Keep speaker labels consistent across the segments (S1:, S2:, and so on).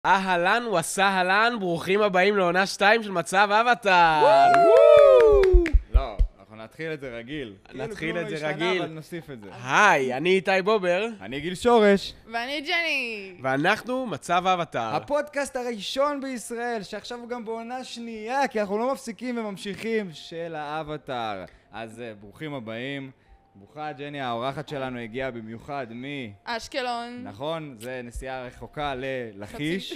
S1: אהלן וסהלן, ברוכים הבאים לעונה 2 של מצב אבטאר.
S2: לא, אנחנו נתחיל את זה רגיל.
S1: נתחיל את זה
S2: כאילו
S1: רגיל.
S2: אבל נוסיף את זה.
S1: היי, אני איתי בובר,
S2: אני גיל שורש.
S3: ואני ג'ני.
S1: ואנחנו מצב אבטאר.
S2: הפודקאסט הראשון בישראל, שעכשיו הוא גם בעונה שנייה, כי אנחנו לא מפסיקים וממשיכים, של האבטאר. אז ברוכים הבאים. ברוכה ג'ני, האורחת שלנו הגיעה במיוחד
S3: אשקלון.
S2: נכון, זה נסיעה רחוקה ללכיש.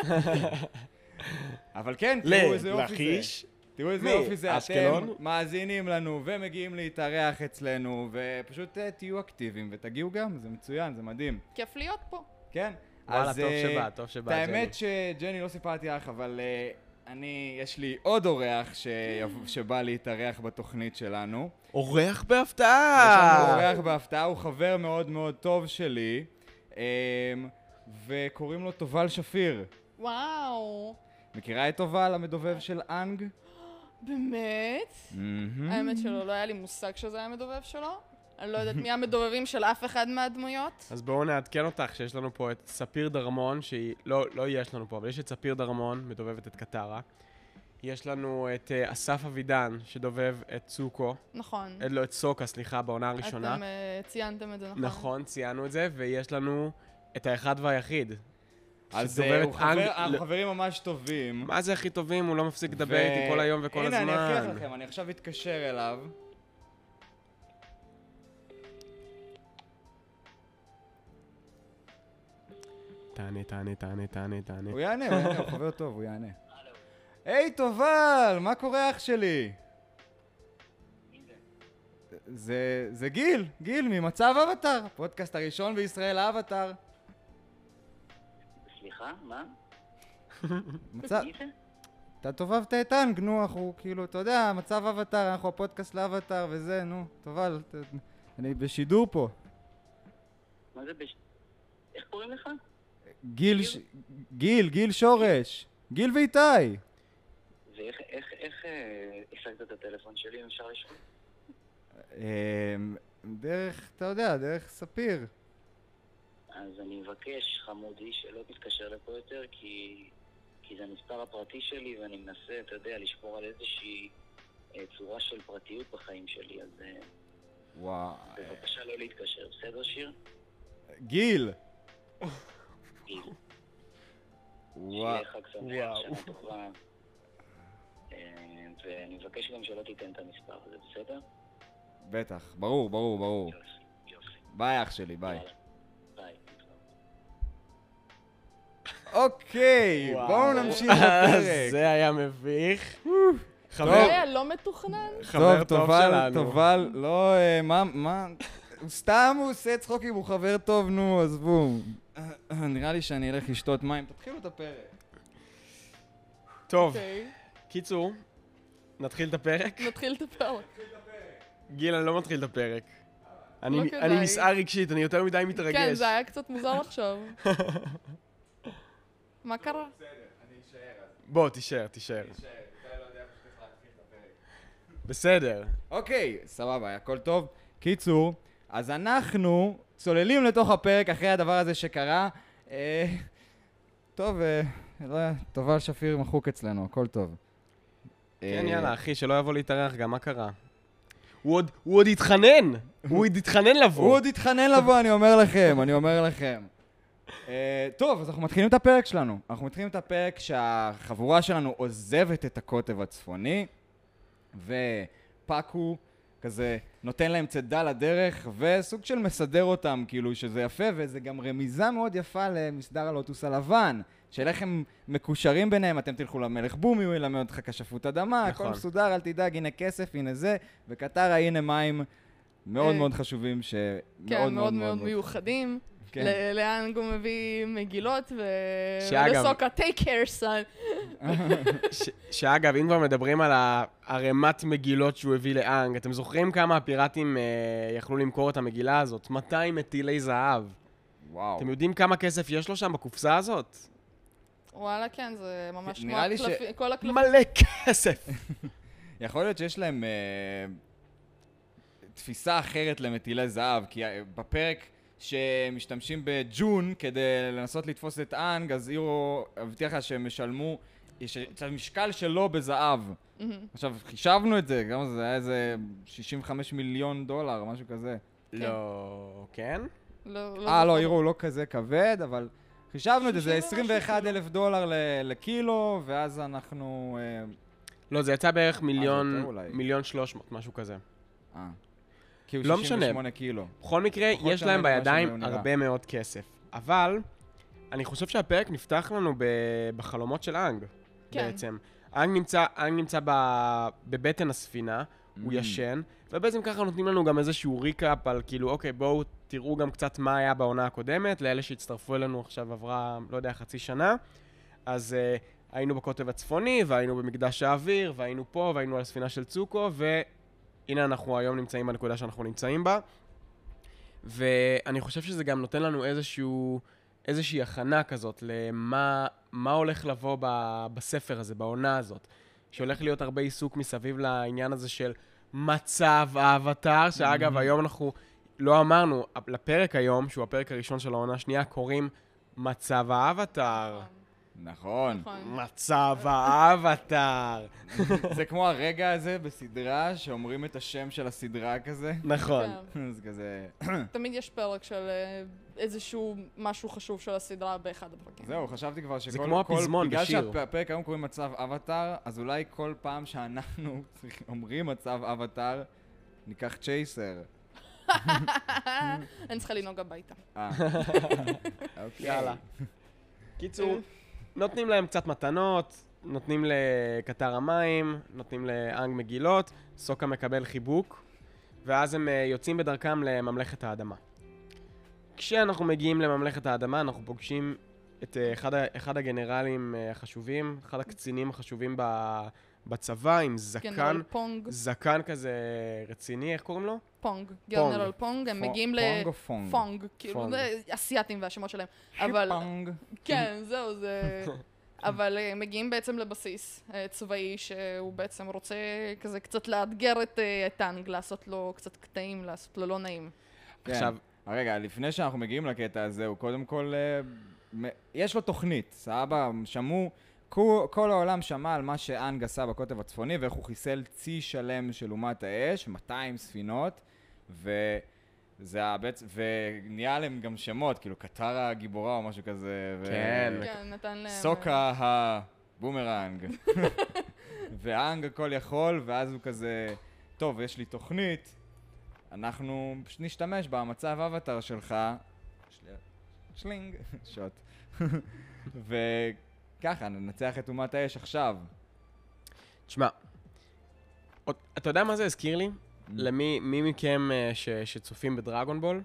S2: אבל כן, תראו איזה יופי זה.
S1: ללכיש.
S2: תראו איזה יופי זה, אתם
S1: אשקלון?
S2: מאזינים לנו ומגיעים להתארח אצלנו, ופשוט תהיו אקטיביים ותגיעו גם, זה מצוין, זה מדהים.
S3: כיף להיות פה.
S2: כן?
S1: וואלה,
S2: אז,
S1: טוב שבא, טוב שבא, ג'ני.
S2: האמת שג'ני לא סיפרתי לך, אבל יש לי עוד אורח שבא להתארח בתוכנית שלנו.
S1: אורח
S2: יש
S1: בהפתעה!
S2: לנו אורח בהפתעה, הוא חבר מאוד מאוד טוב שלי, וקוראים לו תובל שפיר.
S3: וואו.
S2: מכירה את תובל, המדובב של אנג?
S3: באמת? האמת שלא, לא היה לי מושג שזה היה מדובב שלו. אני לא יודעת מי המדובבים של אף אחד מהדמויות.
S1: אז בואו נעדכן אותך שיש לנו פה את ספיר דרמון, שהיא, לא יש לנו פה, אבל יש את ספיר דרמון, מדובבת את קטרה. יש לנו את אסף אבידן, שדובב את צוקו.
S3: נכון.
S1: לא, את סוקה, סליחה, בעונה הראשונה.
S3: אתם ציינתם את זה, נכון?
S1: נכון, ציינו את זה, ויש לנו את האחד והיחיד.
S2: אז
S1: שדובר את
S2: אנחנו חברים ממש טובים.
S1: מה זה הכי טובים? הוא לא מפסיק לדבר איתי כל היום וכל הזמן.
S2: הנה, אני אוכיח לכם, אני עכשיו אתקשר אליו.
S1: תענה.
S2: הוא יענה, הוא חבר טוב, הוא יענה. היי תובל, מה קורה אח שלי? זה גיל ממצב אבטאר, הפודקאסט הראשון בישראל אבטאר.
S4: סליחה, מה?
S2: מצב...
S4: מי זה?
S2: אתה תובבת את אנג, נו, אנחנו כאילו, אתה יודע, מצב אבטאר, אנחנו הפודקאסט לאבטאר וזה, נו, תובל, אני בשידור פה.
S4: מה זה איך קוראים לך?
S2: גיל שורש, גיל ואיתי.
S4: ואיך השגת את הטלפון שלי, אם אפשר לשאול?
S2: דרך, אתה יודע, דרך ספיר.
S4: אז אני מבקש, חמודי, שלא תתקשר לפה יותר, כי זה המספר הפרטי שלי, ואני מנסה, אתה יודע, לשמור על איזושהי צורה של פרטיות בחיים שלי, אז
S2: וואו.
S4: בבקשה לא להתקשר, בסדר שיר?
S2: גיל!
S4: גיל.
S2: וואו.
S4: שיהיה חג שמח, שנה טובה. ואני מבקש גם שלא תיתן את המספר הזה, בסדר?
S2: בטח, ברור.
S4: יופי.
S2: ביי אח שלי, ביי.
S4: יאללה, ביי.
S2: אוקיי, בואו נמשיך בפרק.
S1: זה היה מביך.
S3: זה
S1: חבר
S3: היה לא מתוכנן.
S1: טוב שלנו.
S2: תובל, לא, מה? סתם הוא עושה צחוקים, הוא חבר טוב, נו, עזבו. נראה לי שאני אלך לשתות מים. תתחילו את הפרק.
S1: טוב,
S3: אוקיי.
S1: קיצור, נתחיל את הפרק?
S3: נתחיל את הפרק.
S1: גיל, אני לא מתחיל את הפרק.
S3: לא
S1: אני
S3: כדאי.
S1: נסער רגשית, אני יותר מדי מתרגש.
S3: כן, זה היה קצת מוזר לחשוב. מה קרה?
S1: בוא, תישאר. בסדר.
S2: אוקיי, סבבה, הכל טוב. קיצור, אז אנחנו צוללים לתוך הפרק אחרי הדבר הזה שקרה. טוב, תובל שפיר מחוק אצלנו, הכל טוב.
S1: כן, יאללה, אחי, שלא יבוא להתארח גם, מה קרה? הוא עוד התחנן! הוא עוד התחנן לבוא!
S2: הוא עוד התחנן לבוא, אני אומר לכם. טוב, אז אנחנו מתחילים את הפרק שלנו. אנחנו מתחילים את הפרק שהחבורה שלנו עוזבת את הקוטב הצפוני, ופאקו כזה נותן להם צדה לדרך, וסוג של מסדר אותם, כאילו שזה יפה, וזה גם רמיזה מאוד יפה למסדר הלוטוס הלבן, של איך הם מקושרים ביניהם, אתם תלכו למלך בומי, הוא ילמד אותך כשפות אדמה,
S1: נכון.
S2: הכל מסודר, אל תדאג, הנה כסף, הנה זה, וקטרה, הנה מים מאוד מאוד חשובים,
S3: כן, מאוד מאוד מיוחדים.
S2: כן.
S3: לאן הוא מביא מגילות,
S1: שאגב-
S3: ולסוקה, take care son.
S1: שאגב, אם כבר מדברים על הערימת מגילות שהוא הביא לאנג, אתם זוכרים כמה הפיראטים יכלו למכור את המגילה הזאת? 200 מטילי זהב.
S2: וואו.
S1: אתם יודעים כמה כסף יש לו שם בקופסה הזאת?
S3: וואלה, כן, זה ממש כמו
S2: נראה לי
S3: כל הקלפים.
S1: מלא כסף!
S2: יכול להיות שיש להם תפיסה אחרת למטילי זהב, כי בפרק שמשתמשים בג'ון כדי לנסות לתפוס את אנג, אז אירו הבטיח לה שהם ישלמו את המשקל שלו בזהב. עכשיו, חישבנו את זה, גם זה היה איזה 65 מיליון דולר, משהו כזה.
S1: לא, כן?
S2: לא, אירו הוא לא כזה כבד, אבל חישבנו את זה, זה 21,000 דולר לקילו, ואז אנחנו...
S1: לא, זה יצא בערך מיליון 300, משהו כזה.
S2: כי הוא
S1: לא
S2: 68 קילו.
S1: בכל מקרה, יש להם בידיים הרבה מאוד כסף. אבל, אני חושב שהפרק נפתח לנו בחלומות של אנג, בעצם. אנג נמצא בבטן הספינה, הוא ישן, ובעצם ככה נותנים לנו גם איזשהו ריקאפ על כאילו, אוקיי, בואו תראו גם קצת מה היה בעונה הקודמת, לאלה שהצטרפו אלינו עכשיו עברה, לא יודע, חצי שנה. אז היינו בקוטב הצפוני, והיינו במקדש האוויר, והיינו פה, והיינו על הספינה של צוקו, והנה אנחנו היום נמצאים בנקודה שאנחנו נמצאים בה. ואני חושב שזה גם נותן לנו איזושהי הכנה כזאת למה הולך לבוא בספר הזה, בעונה הזאת. שהולך להיות הרבה עיסוק מסביב לעניין הזה של מצב האבטר, שאגב היום אנחנו לא אמרנו, לפרק היום, שהוא הפרק הראשון של העונה השנייה, קוראים מצב האבטר.
S2: נכון.
S1: מצב האבטר.
S2: זה כמו הרגע הזה בסדרה, שאומרים את השם של הסדרה כזה.
S1: נכון.
S2: זה כזה...
S3: תמיד יש פרק של איזשהו משהו חשוב של הסדרה באחד הפרקים.
S2: זהו, חשבתי כבר שכל...
S1: זה כמו הפזמון בשיר.
S2: בגלל שהפרק היום קוראים מצב אבטר, אז אולי כל פעם שאנחנו אומרים מצב אבטר, ניקח צ'ייסר.
S3: אני צריכה לנהוג הביתה.
S1: יאללה. קיצור, נותנים להם קצת מתנות, נותנים לקטר המים, נותנים לאנג מגילות, סוקה מקבל חיבוק, ואז הם יוצאים בדרכם לממלכת האדמה. כשאנחנו מגיעים לממלכת האדמה, אנחנו פוגשים את אחד הגנרלים החשובים, אחד הקצינים החשובים בצבא, עם זקן, זקן כזה רציני, איך קוראים לו?
S3: פונג, גנרל פונג, הם מגיעים
S2: פונג או פונג?
S3: פונג, כאילו זה אסיאטים והשמות שלהם.
S2: שיפונג.
S3: כן, זהו, זה... אבל מגיעים בעצם לבסיס צבאי שהוא בעצם רוצה כזה קצת לאתגר את טאנג, לעשות לו קצת קטעים, לעשות לו לא נעים.
S2: עכשיו, רגע, לפני שאנחנו מגיעים לקטע הזה, הוא קודם כל, יש לו תוכנית, סבבה, שמעו, כל העולם שמע על מה שאנג עשה בקוטב הצפוני, ואיך הוא חיסל צי שלם של אומת האש, 200 ספינות, ונהיה להם גם שמות, כאילו קטר הגיבורה או משהו כזה.
S1: כן,
S3: נתן להם...
S2: סוקה הבומרנג. ואנג הכל יכול, ואז הוא כזה, טוב, יש לי תוכנית, אנחנו נשתמש במצב אבטר שלך, שלינג, שוט. וככה, ננצח את אומת האש עכשיו.
S1: תשמע, אתה יודע מה זה הזכיר לי? למי מכם שצופים בדרגון בול?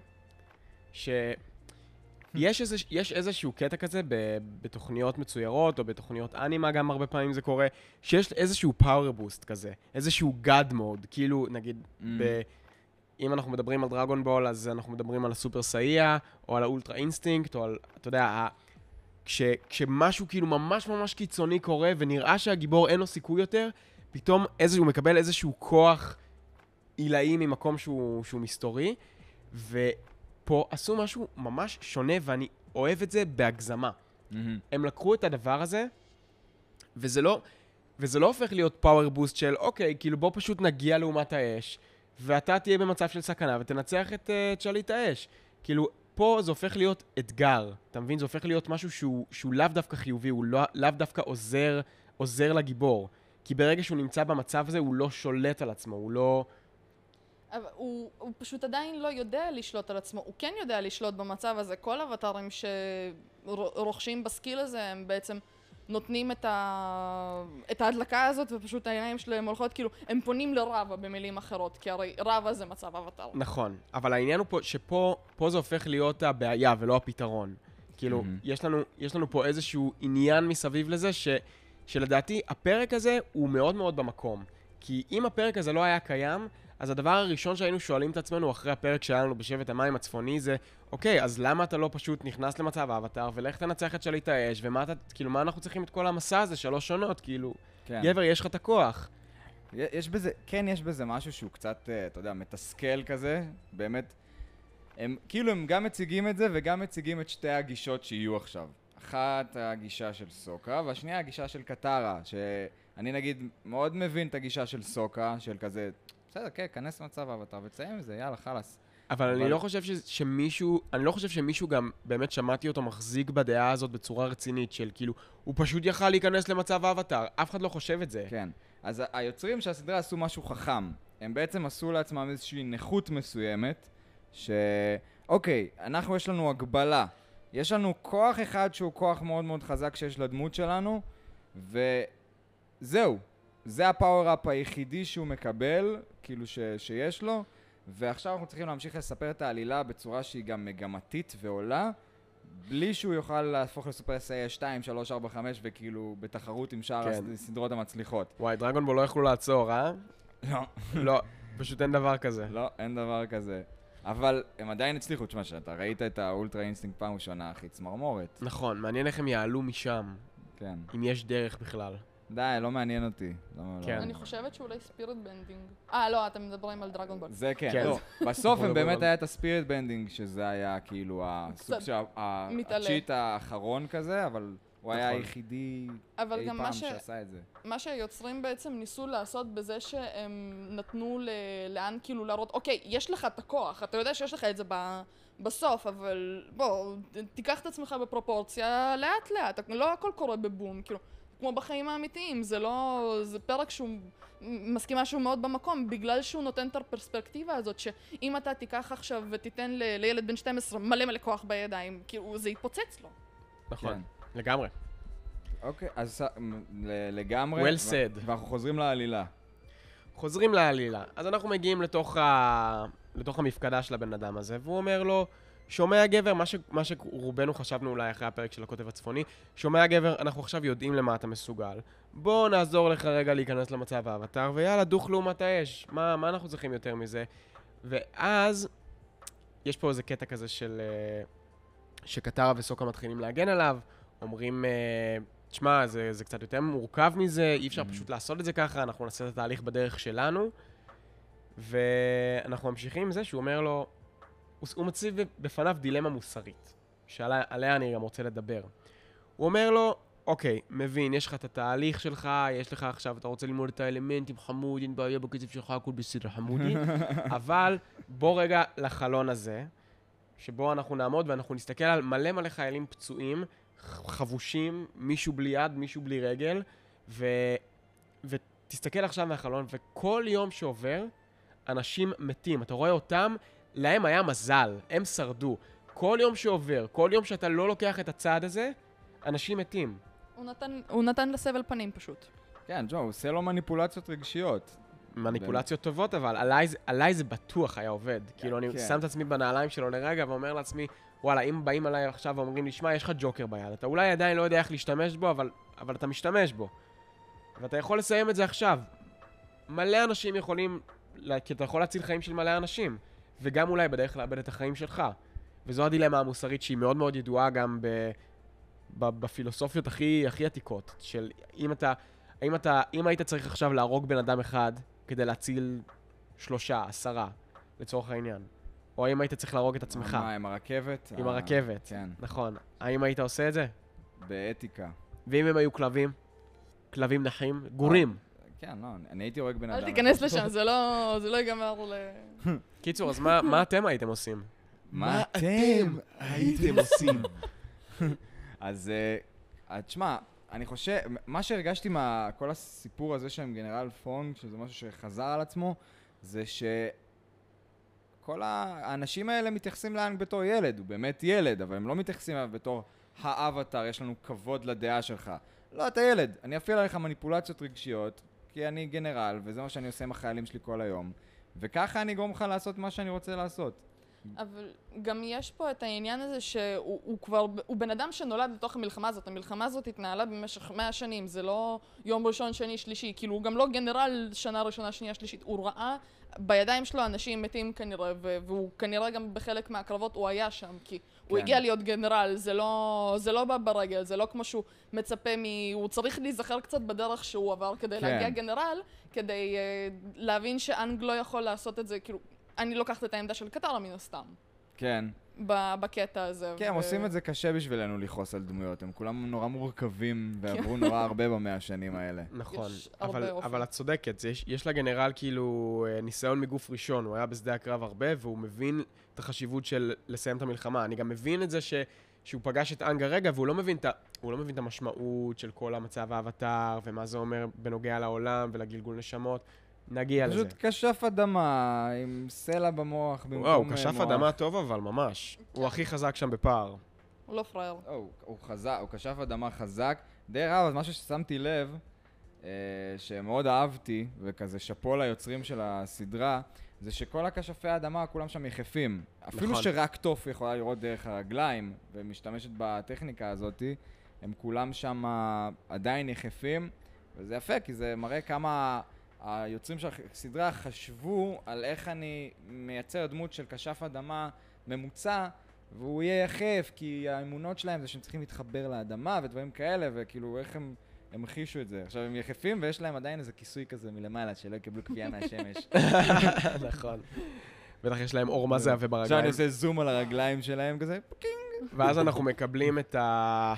S1: שיש איזשהו קטע כזה בתוכניות מצוירות, או בתוכניות אנימה גם הרבה פעמים זה קורה, שיש איזשהו פאוור בוסט כזה, איזשהו God mode, כאילו נגיד אם אנחנו מדברים על דרגון בול, אז אנחנו מדברים על הסופר סאייה, או על האולטרה אינסטינקט, או על, אתה יודע, כשמשהו כאילו ממש ממש קיצוני קורה, ונראה שהגיבור אין לו סיכוי יותר, פתאום הוא מקבל איזשהו כוח עילאי ממקום שהוא מסתורי, ופה עשו משהו ממש שונה, ואני אוהב את זה בהגזמה. הם לקחו את הדבר הזה, וזה לא הופך להיות פאוור בוסט של, אוקיי, כאילו בוא פשוט נגיע לעומת האש, ואתה תהיה במצב של סכנה, ותנצח את שליט האש. כאילו, פה זה הופך להיות אתגר, אתה מבין? זה הופך להיות משהו שהוא לאו דווקא חיובי, הוא לאו דווקא עוזר לגיבור. כי ברגע שהוא נמצא במצב הזה, הוא לא שולט על עצמו, הוא לא...
S3: אבל הוא פשוט עדיין לא יודע לשלוט על עצמו, הוא כן יודע לשלוט במצב הזה. כל האבטרים שרוכשים בסקיל הזה, הם בעצם נותנים את ההדלקה הזאת, ופשוט העיניים שלהם הולכות, כאילו, הם פונים לרבה במילים אחרות, כי הרי רבה זה מצב אבטר.
S1: נכון, אבל העניין הוא פה, שפה זה הופך להיות הבעיה ולא הפתרון. כאילו, יש לנו פה איזשהו עניין מסביב לזה, שלדעתי הפרק הזה הוא מאוד מאוד במקום. כי אם הפרק הזה לא היה קיים, אז הדבר הראשון שהיינו שואלים את עצמנו אחרי הפרק שהיה לנו בשבט המים הצפוני זה, אוקיי, אז למה אתה לא פשוט נכנס למצב האבטר ולך תנצח את שליט האש, ומה כאילו, מה אנחנו צריכים את כל המסע הזה? 3 שונות, כאילו, כן. גבר, יש לך את הכוח.
S2: יש בזה משהו שהוא קצת, אתה יודע, מתסכל כזה, באמת. כאילו הם גם מציגים את זה וגם מציגים את שתי הגישות שיהיו עכשיו. אחת הגישה של סוקה, והשנייה הגישה של קטרה, שאני נגיד מאוד מבין את הגישה של סוקה, של כזה, בסדר, כן, כנס מצב אבטר ותסיים עם זה, יאללה, חלאס.
S1: אבל אני לא חושב שמישהו גם, באמת שמעתי אותו מחזיק בדעה הזאת בצורה רצינית, של כאילו, הוא פשוט יכל להיכנס למצב האבטר, אף אחד לא חושב את זה.
S2: כן, אז היוצרים של הסדרה עשו משהו חכם. הם בעצם עשו לעצמם איזושהי נכות מסוימת, אוקיי, יש לנו הגבלה. יש לנו כוח אחד שהוא כוח מאוד מאוד חזק שיש לדמות שלנו, וזהו. זה הפאוור-אפ היחידי שהוא מקבל, כאילו שיש לו, ועכשיו אנחנו צריכים להמשיך לספר את העלילה בצורה שהיא גם מגמתית ועולה, בלי שהוא יוכל להפוך לסופר סאייה 2, 3, 4, 5, וכאילו בתחרות עם שאר הסדרות המצליחות.
S1: וואי, דרגון בול לא יכלו לעצור, אה?
S2: לא.
S1: לא, פשוט אין דבר כזה.
S2: לא, אין דבר כזה. אבל הם עדיין הצליחו, תשמע, שאתה ראית את האולטרה אינסטינקט פעם ראשונה, אחי, צמרמורת.
S1: נכון, מעניין איך הם יעלו משם,
S2: כן.
S1: אם יש דרך בכלל.
S2: די, לא מעניין אותי.
S1: כן.
S3: אני חושבת שאולי ספיריט בנדינג. לא, אתם מדברים על דרגון בול.
S2: זה כן,
S1: כן.
S2: לא. בסוף הם באמת היה את הספיריט בנדינג, שזה היה כאילו הסוג של הצ'יט האחרון כזה, אבל הוא היה היחידי אי פעם שעשה את זה.
S3: מה שהיוצרים בעצם ניסו לעשות בזה שהם נתנו לאן כאילו להראות, אוקיי, יש לך את הכוח, אתה יודע שיש לך את זה בסוף, אבל בוא, תיקח את עצמך בפרופורציה לאט לאט, לא הכל קורה בבום, כאילו, כמו בחיים האמיתיים, זה פרק שהוא מסכימה שהוא מאוד במקום, בגלל שהוא נותן את הפרספקטיבה הזאת, שאם אתה תיקח עכשיו ותיתן לילד בן 12 מלא כוח בידיים, כאילו זה יתפוצץ לו.
S1: נכון, לגמרי.
S2: אוקיי, אז לגמרי.
S1: well said.
S2: ואנחנו חוזרים לעלילה.
S1: אז אנחנו מגיעים לתוך המפקדה של הבן אדם הזה, והוא אומר לו, שומע גבר, מה שרובנו חשבנו אולי אחרי הפרק של הקוטב הצפוני, שומע גבר, אנחנו עכשיו יודעים למה אתה מסוגל. בוא נעזור לך רגע להיכנס למצב האבטר, ויאללה, דוך לעומת האש. מה אנחנו צריכים יותר מזה? ואז, יש פה איזה קטע כזה שקטרה וסוקה מתחילים להגן עליו, אומרים, תשמע, זה קצת יותר מורכב מזה, אי אפשר פשוט לעשות את זה ככה, אנחנו נעשה את התהליך בדרך שלנו, ואנחנו ממשיכים עם זה שהוא אומר לו, הוא מציב בפניו דילמה מוסרית, שעליה אני גם רוצה לדבר. הוא אומר לו, אוקיי, מבין, יש לך את התהליך שלך, יש לך עכשיו, אתה רוצה ללמוד את האלמנטים, חמוד, אין בעיה בקצב שלך, הכל בסדר, חמודי, אבל בוא רגע לחלון הזה, שבו אנחנו נעמוד ואנחנו נסתכל על מלא חיילים פצועים, חבושים, מישהו בלי יד, מישהו בלי רגל, ותסתכל עכשיו מהחלון, וכל יום שעובר, אנשים מתים. אתה רואה אותם, להם היה מזל, הם שרדו. כל יום שעובר, כל יום שאתה לא לוקח את הצעד הזה, אנשים מתים.
S3: הוא נתן לסבל פנים פשוט.
S2: כן, ג'ו, הוא עושה לו מניפולציות רגשיות.
S1: מניפולציות טובות, אבל עליי זה בטוח היה עובד. כאילו, אני שם את עצמי בנעליים שלו לרגע ואומר לעצמי, וואלה, אם באים עליי עכשיו ואומרים לי, שמע, יש לך ג'וקר ביד, אתה אולי עדיין לא יודע איך להשתמש בו, אבל אתה משתמש בו. ואתה יכול לסיים את זה עכשיו. מלא אנשים יכולים, כי אתה יכול להציל חיים של מלא אנשים, וגם אולי בדרך לאבד את החיים שלך. וזו הדילמה המוסרית שהיא מאוד מאוד ידועה גם בפילוסופיות הכי עתיקות, של אם היית צריך עכשיו להרוג בן אדם אחד כדי להציל 3, 10, לצורך העניין. או האם היית צריך להרוג את עצמך.
S2: עם הרכבת?
S1: עם הרכבת,
S2: כן.
S1: נכון. האם היית עושה את זה?
S2: באתיקה.
S1: ואם הם היו כלבים? כלבים נחים? גורים.
S2: כן, לא, אני הייתי הורג בן אדם.
S3: אל תיכנס לשם, זה לא ייגמר
S1: קיצור, אז מה אתם הייתם עושים?
S2: מה אתם הייתם עושים? אז, תשמע, אני חושב, מה שהרגשתי מכל הסיפור הזה של גנרל פונג, שזה משהו שחזר על עצמו, זה שכל האנשים האלה מתייחסים לאנג בתור ילד, הוא באמת ילד, אבל הם לא מתייחסים אליו בתור האבטר, יש לנו כבוד לדעה שלך. לא, אתה ילד, אני אפעיל עליך מניפולציות רגשיות, כי אני גנרל, וזה מה שאני עושה עם החיילים שלי כל היום, וככה אני אגרום לך לעשות מה שאני רוצה לעשות.
S3: אבל גם יש פה את העניין הזה שהוא כבר, הוא בן אדם שנולד לתוך המלחמה הזאת. המלחמה הזאת התנהלה במשך 100 שנים, זה לא יום ראשון, שני, שלישי, כאילו הוא גם לא גנרל שנה ראשונה, שנייה, שלישית. הוא ראה בידיים שלו אנשים מתים כנראה, והוא כנראה גם בחלק מהקרבות הוא היה שם, כי הוא הגיע להיות גנרל, זה לא בא ברגל, זה לא כמו שהוא מצפה הוא צריך להיזכר קצת בדרך שהוא עבר כדי להגיע גנרל, כדי להבין שאנג לא יכול לעשות את זה, כאילו, אני לוקחת את העמדה של קטרה מן הסתם.
S2: כן.
S3: בקטע הזה.
S2: כן, הם עושים את זה קשה בשבילנו לכעוס על דמויות. הם כולם נורא מורכבים ועברו נורא הרבה במאה השנים האלה.
S1: נכון,
S3: יש הרבה אופי.
S1: אבל את צודקת, יש לגנרל כאילו ניסיון מגוף ראשון, הוא היה בשדה הקרב הרבה, והוא מבין את החשיבות של לסיים את המלחמה. אני גם מבין את זה שהוא פגש את אנג הרגע, והוא לא מבין את המשמעות של כל המצב האבטר, ומה זה אומר בנוגע לעולם ולגלגול נשמות. נגיע לזה.
S2: פשוט כשף אדמה עם סלע במוח במקום
S1: וואו,
S2: מוח.
S1: כשף אדמה טוב אבל ממש. הוא הכי חזק שם בפער.
S3: הוא לא פרייר.
S2: הוא חזק, הוא כשף אדמה חזק. די רב, אז משהו ששמתי לב, שמאוד אהבתי, וכזה שפו ליוצרים של הסדרה, זה שכל הכשפי האדמה, כולם שם יחפים. אפילו שרק טוף יכולה לראות דרך הרגליים, ומשתמשת בטכניקה הזאת, הם כולם שם עדיין יחפים, וזה יפה, כי זה מראה כמה היוצרים של הסדרה חשבו על איך אני מייצר דמות של כשף אדמה ממוצע, והוא יהיה יחף, כי האמונות שלהם זה שהם צריכים להתחבר לאדמה ודברים כאלה, וכאילו איך הם המחישו את זה. עכשיו הם יחפים ויש להם עדיין איזה כיסוי כזה מלמעלה, שלא יקבלו קביעה מהשמש.
S1: נכון. בטח יש להם אור מזהה וברגליים.
S2: עכשיו אני עושה זום על הרגליים שלהם כזה, פקינג.
S1: ואז אנחנו מקבלים את ה...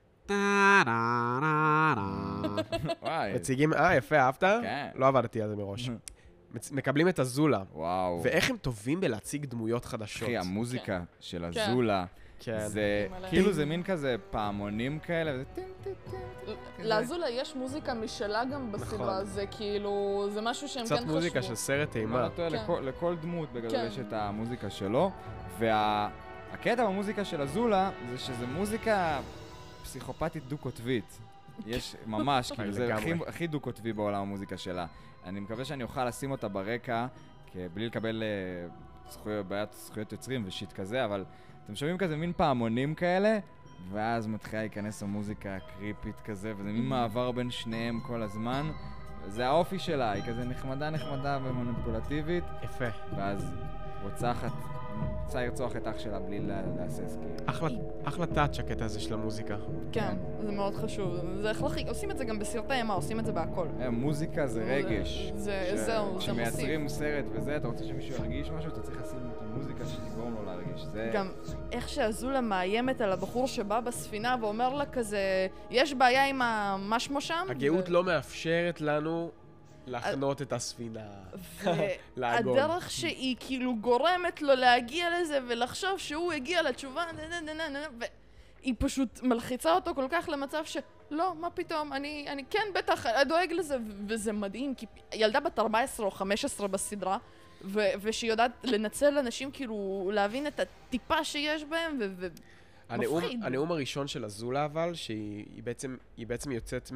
S2: וואי.
S1: מציגים, יפה, אהבת?
S2: כן.
S1: לא עבדתי על זה מראש. מקבלים את הזולה.
S2: וואו.
S1: ואיך הם טובים בלהציג דמויות חדשות.
S2: אחי, המוזיקה של הזולה,
S1: כן.
S2: זה כאילו זה מין כזה פעמונים כאלה, וזה טים טים טים.
S3: לאזולה יש מוזיקה משלה גם בסדרה, זה כאילו, זה משהו שהם כן
S1: קצת
S3: חשבו.
S1: מוזיקה של סרט אימה.
S2: לכל דמות בגדול
S3: כן.
S2: יש את המוזיקה שלו, והקטע במוזיקה של הזולה זה שזה מוזיקה פסיכופתית דו-קוטבית. יש ממש, כאילו זה הכי דו-קוטבי בעולם המוזיקה שלה. אני מקווה שאני אוכל לשים אותה ברקע, בלי לקבל בעיית זכויות יוצרים ושיט כזה, אבל אתם שומעים כזה מין פעמונים כאלה, ואז מתחילה להיכנס המוזיקה הקריפית כזה, וזה מין מעבר בין שניהם כל הזמן. זה האופי שלה, היא כזה נחמדה ומניפולטיבית.
S1: יפה.
S2: ואז רוצה לרצוח את אח שלה בלי להסס, כאילו.
S1: אחלה טאץ' הקטע הזה של המוזיקה.
S3: כן, זה מאוד חשוב. זה הכרחי, עושים את זה גם בסרטי אימה, עושים את זה בהכל.
S2: מוזיקה זה רגש.
S3: זהו, זה מוסיף.
S2: כשמייצרים סרט וזה, אתה רוצה שמישהו ירגיש משהו, אתה צריך לשים את המוזיקה שתגרום לו להרגיש.
S3: גם איך שהזולה מאיימת על הבחור שבא בספינה ואומר לה כזה, יש בעיה עם מה שמו שם?
S1: הגאות לא מאפשרת לנו לחנות את הספינה.
S3: והדרך שהיא כאילו גורמת לו להגיע לזה ולחשוב שהוא הגיע לתשובה, והיא פשוט מלחיצה אותו כל כך למצב שלא, מה פתאום, אני כן בטח דואג לזה, וזה מדהים, כי ילדה בת 14 או 15 בסדרה, ושהיא יודעת לנצל אנשים, כאילו להבין את הטיפה שיש בהם, ומפחיד.
S1: הנאום הראשון של הזולה אבל, שהיא בעצם יוצאת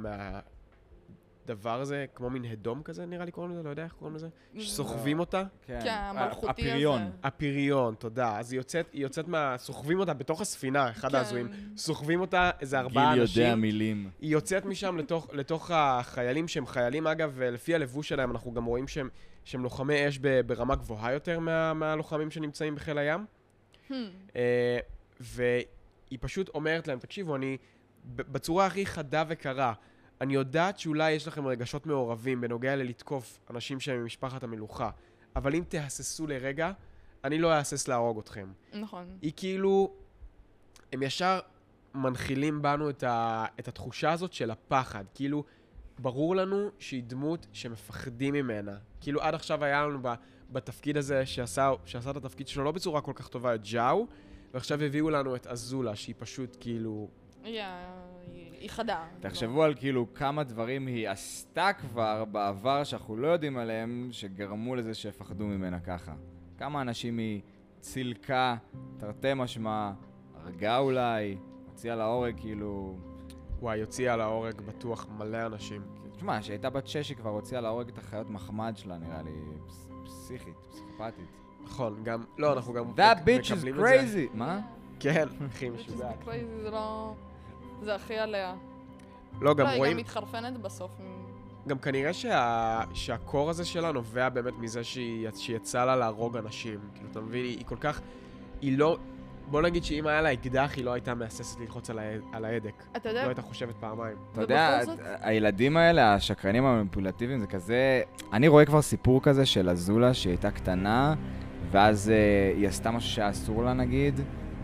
S1: דבר הזה, כמו מין הדום כזה, נראה לי קוראים לזה, לא יודע איך קוראים לזה, שסוחבים אותה.
S3: כן, המלכותי הזה.
S2: הפריון.
S1: הפריון, תודה. אז היא יוצאת סוחבים אותה בתוך הספינה, אחד ההזויים. סוחבים אותה איזה 4 אנשים.
S2: גיל יודע מילים.
S1: היא יוצאת משם לתוך החיילים, שהם חיילים אגב, לפי הלבוש שלהם, אנחנו גם רואים שהם לוחמי אש ברמה גבוהה יותר מהלוחמים שנמצאים בחיל הים. והיא פשוט אומרת להם, תקשיבו, אני בצורה הכי חדה וקרה, אני יודעת שאולי יש לכם רגשות מעורבים בנוגע ללתקוף אנשים שהם ממשפחת המלוכה, אבל אם תהססו לרגע, אני לא אהסס להרוג אתכם.
S3: נכון.
S1: היא כאילו, הם ישר מנחילים בנו את התחושה הזאת של הפחד. כאילו, ברור לנו שהיא דמות שמפחדים ממנה. כאילו, עד עכשיו היה לנו בתפקיד הזה שעשה את התפקיד שלו לא בצורה כל כך טובה את ג'או, ועכשיו הביאו לנו את אזולה, שהיא פשוט כאילו...
S3: היא חדה.
S2: תחשבו על כאילו כמה דברים היא עשתה כבר בעבר שאנחנו לא יודעים עליהם, שגרמו לזה שהפחדו ממנה ככה. כמה אנשים היא צילקה, תרתי משמע, הרגה אולי, הוציאה להורג כאילו...
S1: וואי, הוציאה להורג בטוח מלא אנשים.
S2: תשמע, שהייתה בת 6 היא כבר הוציאה להורג את החיות מחמד שלה, נראה לי פסיכית, פסיכופתית.
S1: נכון, גם... לא, אנחנו גם
S2: That bitch is
S1: מקבלים
S2: crazy! מה?
S1: כן, הכי משוגעת.
S3: זה לא... זה הכי עליה.
S1: לא, גם
S3: היא
S1: רואים...
S3: גם מתחרפנת בסוף.
S1: גם כנראה שהקור הזה שלה נובע באמת מזה שהיא יצאה לה להרוג אנשים. כאילו, אתה מבין? היא כל כך... היא לא... בוא נגיד שאם היה לה אקדח, היא לא הייתה מהססת ללחוץ על ההדק.
S3: אתה יודע...
S1: לא הייתה חושבת פעמיים.
S2: אתה יודע, הילדים האלה, השקרנים המניפולטיביים, זה כזה... אני רואה כבר סיפור כזה של אזולה שהיא הייתה קטנה, ואז היא עשתה משהו שהיה אסור לה נגיד,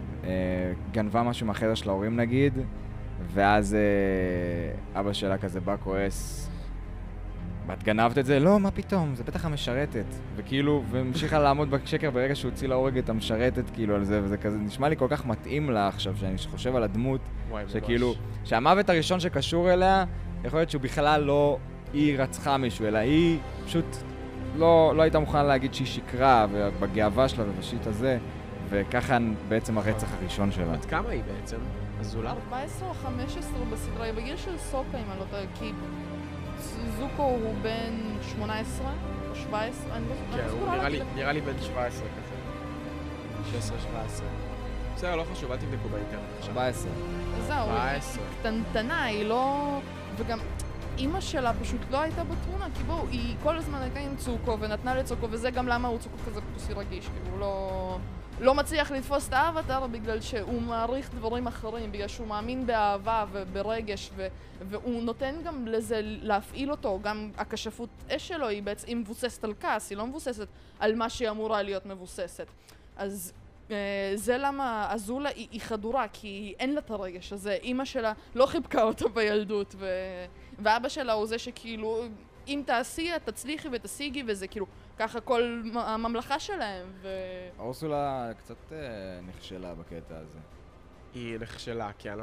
S2: גנבה משהו מהחדר של ההורים נגיד, ואז אבא שלה כזה בא כועס, ואת גנבת את זה? לא, מה פתאום, זה בטח המשרתת. וכאילו, והמשיכה לעמוד בשקר ברגע שהוא הוציא להורג את המשרתת כאילו על זה, וזה כזה נשמע לי כל כך מתאים לה עכשיו, שאני חושב על הדמות, שכאילו, שהמוות הראשון שקשור אליה, יכול להיות שהוא בכלל לא היא רצחה מישהו, אלא היא פשוט לא הייתה מוכנה להגיד שהיא שקרה, ובגאווה שלה ובשיט הזה, וככה בעצם הרצח הראשון שלה.
S1: עד כמה היא בעצם? אזולה?
S3: 14 או 15 בסדרה, היא בגיל של סוקה, אם אני לא טועה, כי זוקו הוא בן 18 או 17, אני לא
S1: כן, הוא
S3: זוכרה להגיד.
S1: נראה לי בן 17 כזה. 16-17. בסדר, לא חשוב, אל תבדקו באינטרנט עכשיו.
S2: 14.
S3: זהו, היא
S1: 14.
S3: קטנטנה, היא לא... וגם אימא שלה פשוט לא הייתה בתמונה, כי בואו, היא כל הזמן הייתה עם צוקו ונתנה לצוקו, וזה גם למה הוא צוקו כזה פוסי רגיש, כי הוא לא מצליח לתפוס את האבטר בגלל שהוא מעריך דברים אחרים, בגלל שהוא מאמין באהבה וברגש, והוא נותן גם לזה להפעיל אותו, גם הכשפות אש שלו היא בעצם מבוססת על כעס, היא לא מבוססת על מה שהיא אמורה להיות מבוססת. אז זה למה אזולה היא חדורה, כי אין לה את הרגש הזה, אימא שלה לא חיבקה אותה בילדות, ואבא שלה הוא זה שכאילו, אם תעשי, את תצליחי ותשיגי, וזה כאילו, ככה כל הממלכה שלהם,
S2: אורסולה קצת נכשלה בקטע הזה.
S1: היא נכשלה, כן,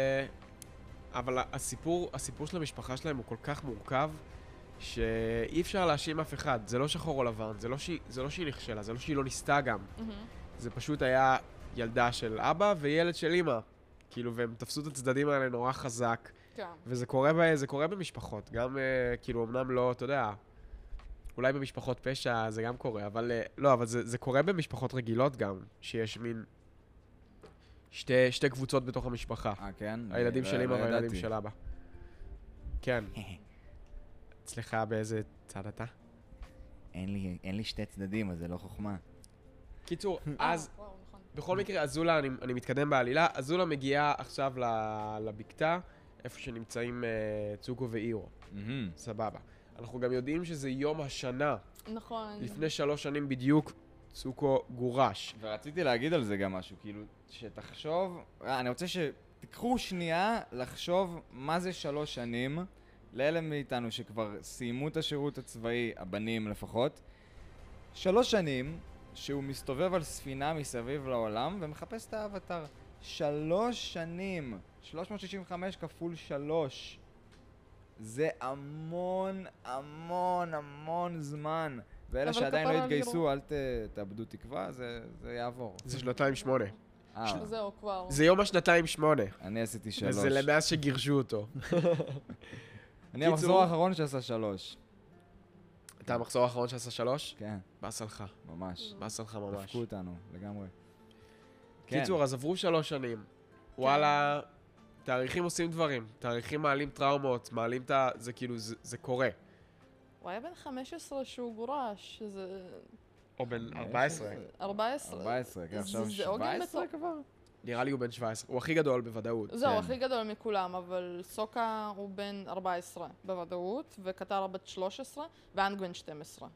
S1: אבל הסיפור של המשפחה שלהם הוא כל כך מורכב, שאי אפשר להאשים אף אחד. זה לא שחור או לבן, זה לא שהיא נכשלה, זה לא שהיא לא ניסתה גם. זה פשוט היה ילדה של אבא וילד של אמא. כאילו, והם תפסו את הצדדים האלה נורא חזק.
S3: כן.
S1: וזה קורה במשפחות. גם, כאילו, אמנם לא, אתה יודע, אולי במשפחות פשע זה גם קורה, אבל לא, אבל זה קורה במשפחות רגילות גם, שיש מין שתי קבוצות בתוך המשפחה.
S2: כן?
S1: הילדים של אמא והילדים של אבא. כן. אצלך באיזה צד אתה?
S2: אין לי שתי צדדים, אז זה לא חוכמה.
S1: קיצור, אז
S3: וואו, נכון.
S1: בכל מקרה, אזולה, אני מתקדם בעלילה, אזולה מגיעה עכשיו לבקתה, איפה שנמצאים צוקו ואירו. סבבה. אנחנו גם יודעים שזה יום השנה.
S3: נכון.
S1: לפני 3 שנים בדיוק, צוקו גורש.
S2: ורציתי להגיד על זה גם משהו, כאילו, שתחשוב, אני רוצה שתיקחו שנייה לחשוב מה זה 3 שנים, לאלה מאיתנו שכבר סיימו את השירות הצבאי, הבנים לפחות, 3 שנים שהוא מסתובב על ספינה מסביב לעולם ומחפש את האבטר. 3 שנים, 365 כפול 3. זה המון המון המון זמן. ואלה שעדיין לא התגייסו, אל תאבדו תקווה, זה יעבור.
S1: זה 2-8.
S3: זהו, כבר.
S1: זה יום 2-8.
S2: אני עשיתי 3.
S1: וזה למאז שגירשו אותו.
S2: אני המחזור האחרון שעשה 3.
S1: אתה המחזור האחרון שעשה 3?
S2: כן.
S1: באסה לך.
S2: ממש.
S1: באסה לך ממש.
S2: דפקו אותנו, לגמרי.
S1: קיצור, אז עברו 3 שנים. וואלה, תאריכים עושים דברים. תאריכים מעלים טראומות, מעלים את ה... זה כאילו, זה קורה.
S3: הוא היה בן 15 שהוא גורש, שזה...
S1: או בן 14.
S3: 14.
S2: 14, כן, עכשיו
S3: זה עוגן
S2: 17 כבר?
S1: נראה לי הוא בן 17. הוא הכי גדול בוודאות.
S3: זהו,
S2: כן.
S3: הכי גדול מכולם, אבל סוקה הוא בן 14 בוודאות, וקטרה בת 13, ואנג בן 12.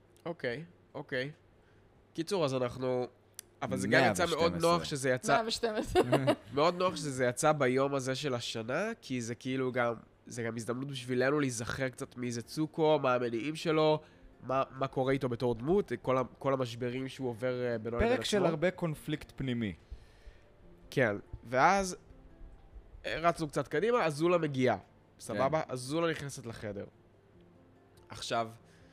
S1: אוקיי. קיצור, אז אנחנו... אבל זה גם יצא מאוד נוח שזה יצא...
S3: 112.
S1: מאוד נוח שזה יצא ביום הזה של השנה, כי זה כאילו גם... זה גם הזדמנות בשבילנו להיזכר קצת מי זה צוקו, מה המניעים שלו, מה קורה איתו בתור דמות, כל המשברים שהוא עובר בינו לבין עצמו.
S2: פרק של הרבה קונפליקט פנימי.
S1: כן, ואז רצנו קצת קדימה, אזולה מגיעה, סבבה? אזולה נכנסת לחדר. עכשיו,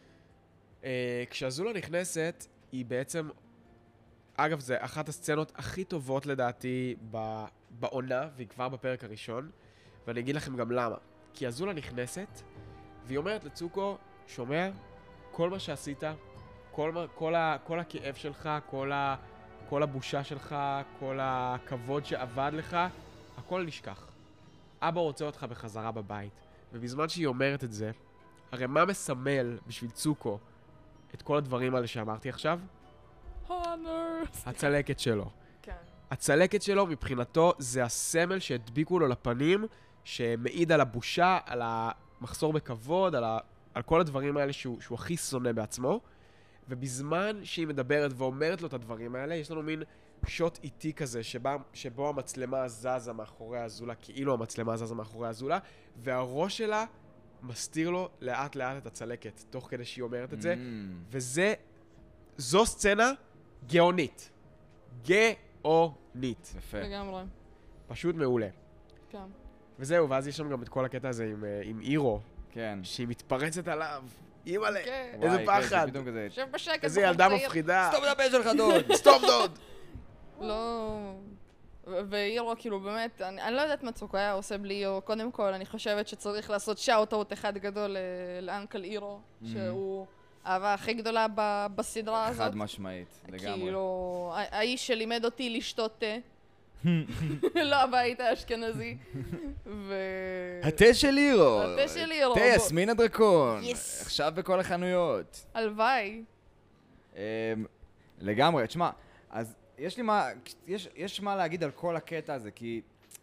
S1: כשאזולה נכנסת, היא בעצם, אגב, זה אחת הסצנות הכי טובות לדעתי בעונה, והיא כבר בפרק הראשון, ואני אגיד לכם גם למה. כי אזולה נכנסת, והיא אומרת לצוקו, שומע, כל מה שעשית, כל הכאב שלך, כל הבושה שלך, כל הכבוד שעבד לך, הכל נשכח. אבא רוצה אותך בחזרה בבית. ובזמן שהיא אומרת את זה, הרי מה מסמל בשביל צוקו את כל הדברים האלה שאמרתי עכשיו? הצלקת שלו.
S3: כן.
S1: הצלקת שלו מבחינתו זה הסמל שהדביקו לו לפנים, שמעיד על הבושה, על המחסור בכבוד, על כל הדברים האלה שהוא הכי שונא בעצמו. ובזמן שהיא מדברת ואומרת לו את הדברים האלה, יש לנו מין שוט איטי כזה, שבו המצלמה זזה מאחורי הזולה, כאילו המצלמה זזה מאחורי הזולה, והראש שלה מסתיר לו לאט לאט את הצלקת, תוך כדי שהיא אומרת את זה, זו סצנה גאונית. גאונית.
S2: יפה.
S3: לגמרי.
S1: פשוט מעולה.
S3: כן.
S1: וזהו, ואז יש לנו גם את כל הקטע הזה עם אירו,
S2: כן.
S1: שהיא מתפרצת עליו. אימא'לה,
S3: כן.
S1: איזה
S2: וואי, כן,
S1: פחד.
S2: שפתאום כזה,
S3: שב בשקט.
S1: איזה
S3: בחור
S1: ילדה
S3: צעיר.
S1: מפחידה.
S2: סתום את הפה שלך דוד!
S1: סטופ דוד!
S3: לא... ואירו, כאילו, באמת, אני לא יודעת מה צוקו היה עושה בלי אירו. קודם כל, אני חושבת שצריך לעשות שאוט-אוט אחד גדול לאנקל אירו, שהוא האהבה הכי גדולה בסדרה הזאת.
S2: חד משמעית, לגמרי.
S3: כאילו, האיש שלימד אותי לשתות תה. לא הבית האשכנזי.
S2: התה של אירו!
S3: התה של אירו.
S2: תה יסמין הדרקון!
S3: Yes.
S2: עכשיו בכל החנויות.
S3: הלוואי.
S2: לגמרי, תשמע, אז יש מה להגיד על כל הקטע הזה, כי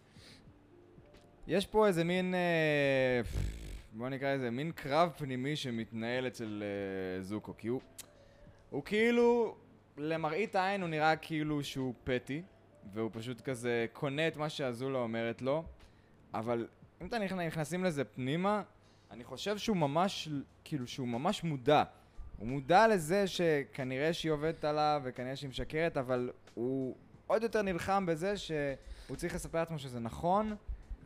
S2: יש פה איזה מין, בוא נקרא לזה, מין קרב פנימי שמתנהל אצל זוקו, כי הוא כאילו, למראית העין הוא נראה כאילו שהוא פטי, והוא פשוט כזה קונה את מה שהזולה אומרת לו, אבל אם אתה נכנסים לזה פנימה, אני חושב שהוא ממש, כאילו שהוא ממש מודע. הוא מודע לזה שכנראה שהיא עובדת עליו וכנראה שהיא משקרת, אבל הוא עוד יותר נלחם בזה שהוא צריך לספר לעצמו שזה נכון,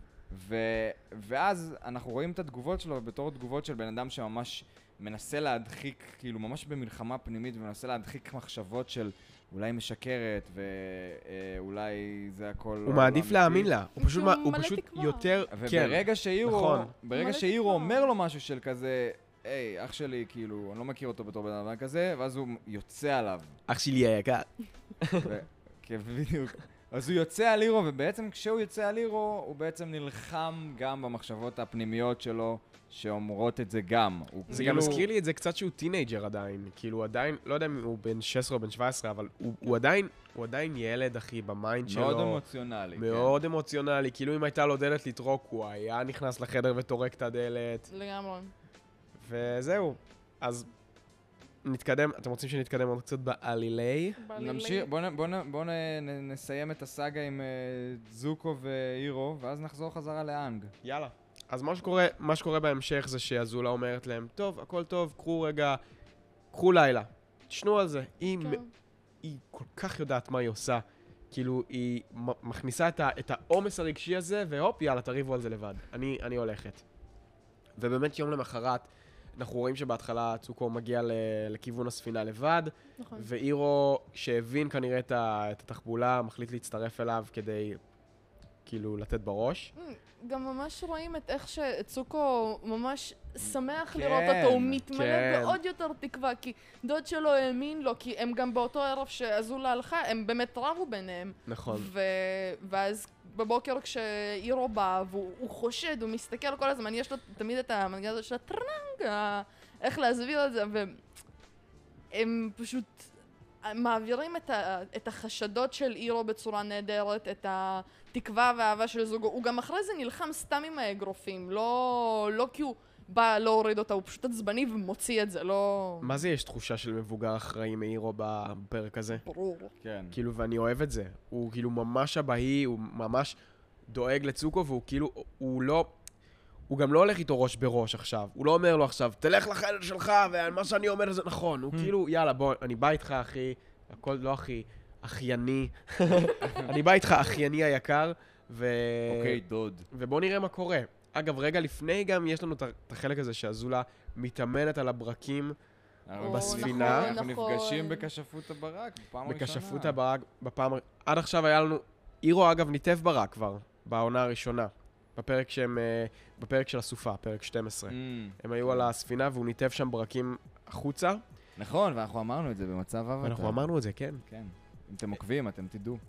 S2: ואז אנחנו רואים את התגובות שלו בתור תגובות של בן אדם שממש מנסה להדחיק, כאילו ממש במלחמה פנימית ומנסה להדחיק מחשבות של אולי משקרת ואולי זה הכל...
S1: הוא מעדיף להאמין לה, הוא פשוט
S3: תקווה.
S1: יותר...
S2: וברגע שאירו,
S1: נכון.
S2: ברגע
S3: מלא
S2: שאירו
S3: תקווה.
S2: אומר לו משהו של כזה, היי, אח שלי, כאילו, אני לא מכיר אותו בתור בן אדם כזה, ואז הוא יוצא עליו.
S1: אח שלי היקר.
S2: כן, בדיוק. אז הוא יוצא על אירו, ובעצם כשהוא יוצא על אירו, הוא בעצם נלחם גם במחשבות הפנימיות שלו, שאומרות את זה גם.
S1: זה גם מזכיר לי את זה קצת שהוא טינג'ר עדיין. כאילו עדיין, לא יודע אם הוא בן 16 או בן 17, אבל הוא עדיין ילד, אחי, במיינד שלו.
S2: מאוד אמוציונלי.
S1: מאוד אמוציונלי. כאילו אם הייתה לו דלת לטרוק, הוא היה נכנס לחדר וטורק את הדלת.
S3: לגמרי.
S1: וזהו. אז נתקדם, אתם רוצים שנתקדם עוד קצת בעלילי?
S2: נמשיך, בואו נסיים את הסאגה עם זוקו ואירו, ואז נחזור חזרה לאנג.
S1: יאללה. אז מה שקורה בהמשך זה שהזולה אומרת להם, טוב, הכל טוב, קחו לילה. תשנו על זה. היא כל כך יודעת מה היא עושה. כאילו, היא מכניסה את העומס הרגשי הזה, והופ, יאללה, תריבו על זה לבד. אני הולכת. ובאמת יום למחרת, אנחנו רואים שבהתחלה צוקו מגיע לכיוון הספינה לבד,
S3: נכון.
S1: ואירו, שהבין כנראה את התחבולה, מחליט להצטרף אליו כדי, כאילו, לתת בראש.
S3: גם ממש רואים את איך שצוקו ממש שמח
S2: כן,
S3: לראות אותו, הוא מתמלא
S1: כן.
S3: בעוד יותר תקווה, כי דוד שלו האמין לו, כי הם גם באותו ערב שאזולה הלכה, הם באמת רבו ביניהם.
S1: נכון.
S3: ואז בבוקר כשאירו בא, והוא חושד, הוא מסתכל כל הזמן, יש לו תמיד את המנגנון הזה של הטרנג, איך להסביר את זה, והם פשוט מעבירים את החשדות של אירו בצורה נהדרת, את התקווה והאהבה של זוגו. הוא גם אחרי זה נלחם סתם עם האגרופים, לא כי הוא בא להוריד אותה, הוא פשוט עצבני ומוציא את זה, לא...
S1: מה זה יש תחושה של מבוגר אחראי מאירו בפרק הזה?
S3: ברור.
S2: כן.
S1: כאילו, ואני אוהב את זה. הוא כאילו ממש אבהי, הוא ממש דואג לצוקו, והוא כאילו, הוא גם לא הולך איתו ראש בראש עכשיו. הוא לא אומר לו עכשיו, תלך לחדר שלך, ומה שאני אומר זה נכון. הוא כאילו, יאללה, בוא, אני בא איתך, אחי, הכל לא אחי, אחייני. אני בא איתך, אחייני היקר,
S2: אוקיי, דוד.
S1: ובוא נראה מה קורה. אגב, רגע לפני גם יש לנו את החלק הזה שהזולה מתאמנת על הברקים בספינה.
S2: אנחנו
S3: נכון.
S2: נפגשים בכשפות הברק בפעם הראשונה.
S1: בכשפות הברק בפעם... עד עכשיו היה לנו... אירו אגב ניתב ברק כבר, בעונה הראשונה. בפרק של הסופה, פרק 12. הם היו על הספינה והוא ניתב שם ברקים החוצה.
S2: נכון, ואנחנו אמרנו את זה במצב אבטר.
S1: אנחנו אמרנו את זה, כן.
S2: כן. אם אתם עוקבים, אתם תדעו.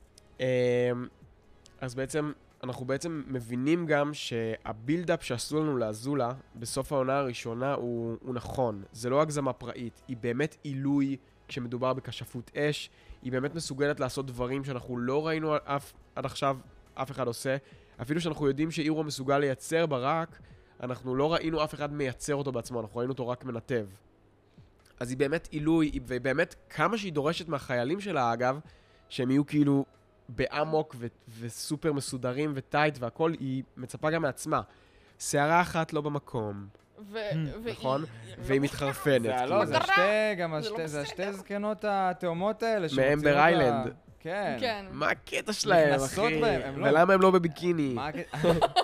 S1: אז בעצם, אנחנו בעצם מבינים גם שהבילדאפ שעשו לנו לאזולה בסוף העונה הראשונה הוא נכון. זה לא הגזמה פראית, היא באמת עילוי כשמדובר בכשפות אש. היא באמת מסוגלת לעשות דברים שאנחנו לא ראינו עד עכשיו אף אחד עושה. אפילו שאנחנו יודעים שאירו מסוגל לייצר ברק, אנחנו לא ראינו אף אחד מייצר אותו בעצמו, אנחנו ראינו אותו רק מנתב. אז היא באמת עילוי, ובאמת כמה שהיא דורשת מהחיילים שלה, אגב, שהם יהיו כאילו באמוק וסופר מסודרים וטייט והכל, היא מצפה גם מעצמה. שערה אחת לא במקום, נכון? והיא מתחרפנת.
S2: זה לא, זה השתי זקנות התאומות האלה.
S1: מאמבר איילנד.
S2: כן.
S3: כן.
S1: מה הקטע שלהם,
S2: נכנסות
S1: אחי?
S2: בהם, הם לא-
S1: ולמה הם לא בביקיני?
S2: מה הקטע?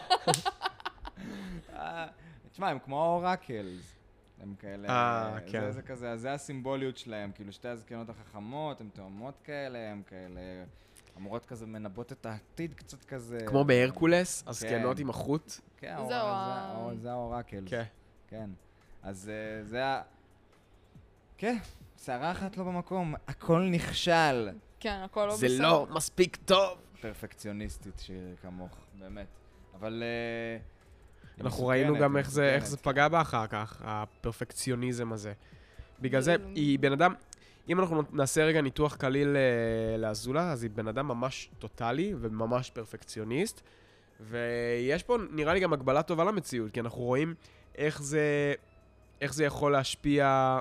S2: תשמע, הם כמו האורקלס. הם כאלה...
S1: כן.
S2: זה כזה, אז זה הסימבוליות שלהם. כאילו, שתי הזקנות החכמות, הן תאומות כאלה, הם כאלה... אמורות כזה מנבאות את העתיד קצת כזה.
S1: כמו בהרקולס, הזקנות עם החוט.
S2: כן,
S3: זהו,
S2: זה האורקלס.
S1: כן.
S2: כן. אז זה ה... כן, שערה אחת לא במקום, הכל נכשל.
S3: כן, הכל לא
S1: זה
S3: בסדר.
S1: לא מספיק טוב.
S2: פרפקציוניסטית שכמוך, באמת. אבל...
S1: אנחנו ראינו גם איך זה פגע בה אחר כך, הפרפקציוניזם הזה. בגלל זה, היא בן אדם, אם אנחנו נעשה רגע ניתוח קליל לאזולה, אז היא בן אדם ממש טוטלי וממש פרפקציוניסט, ויש פה נראה לי גם הגבלה טובה למציאות, כי אנחנו רואים איך זה יכול להשפיע,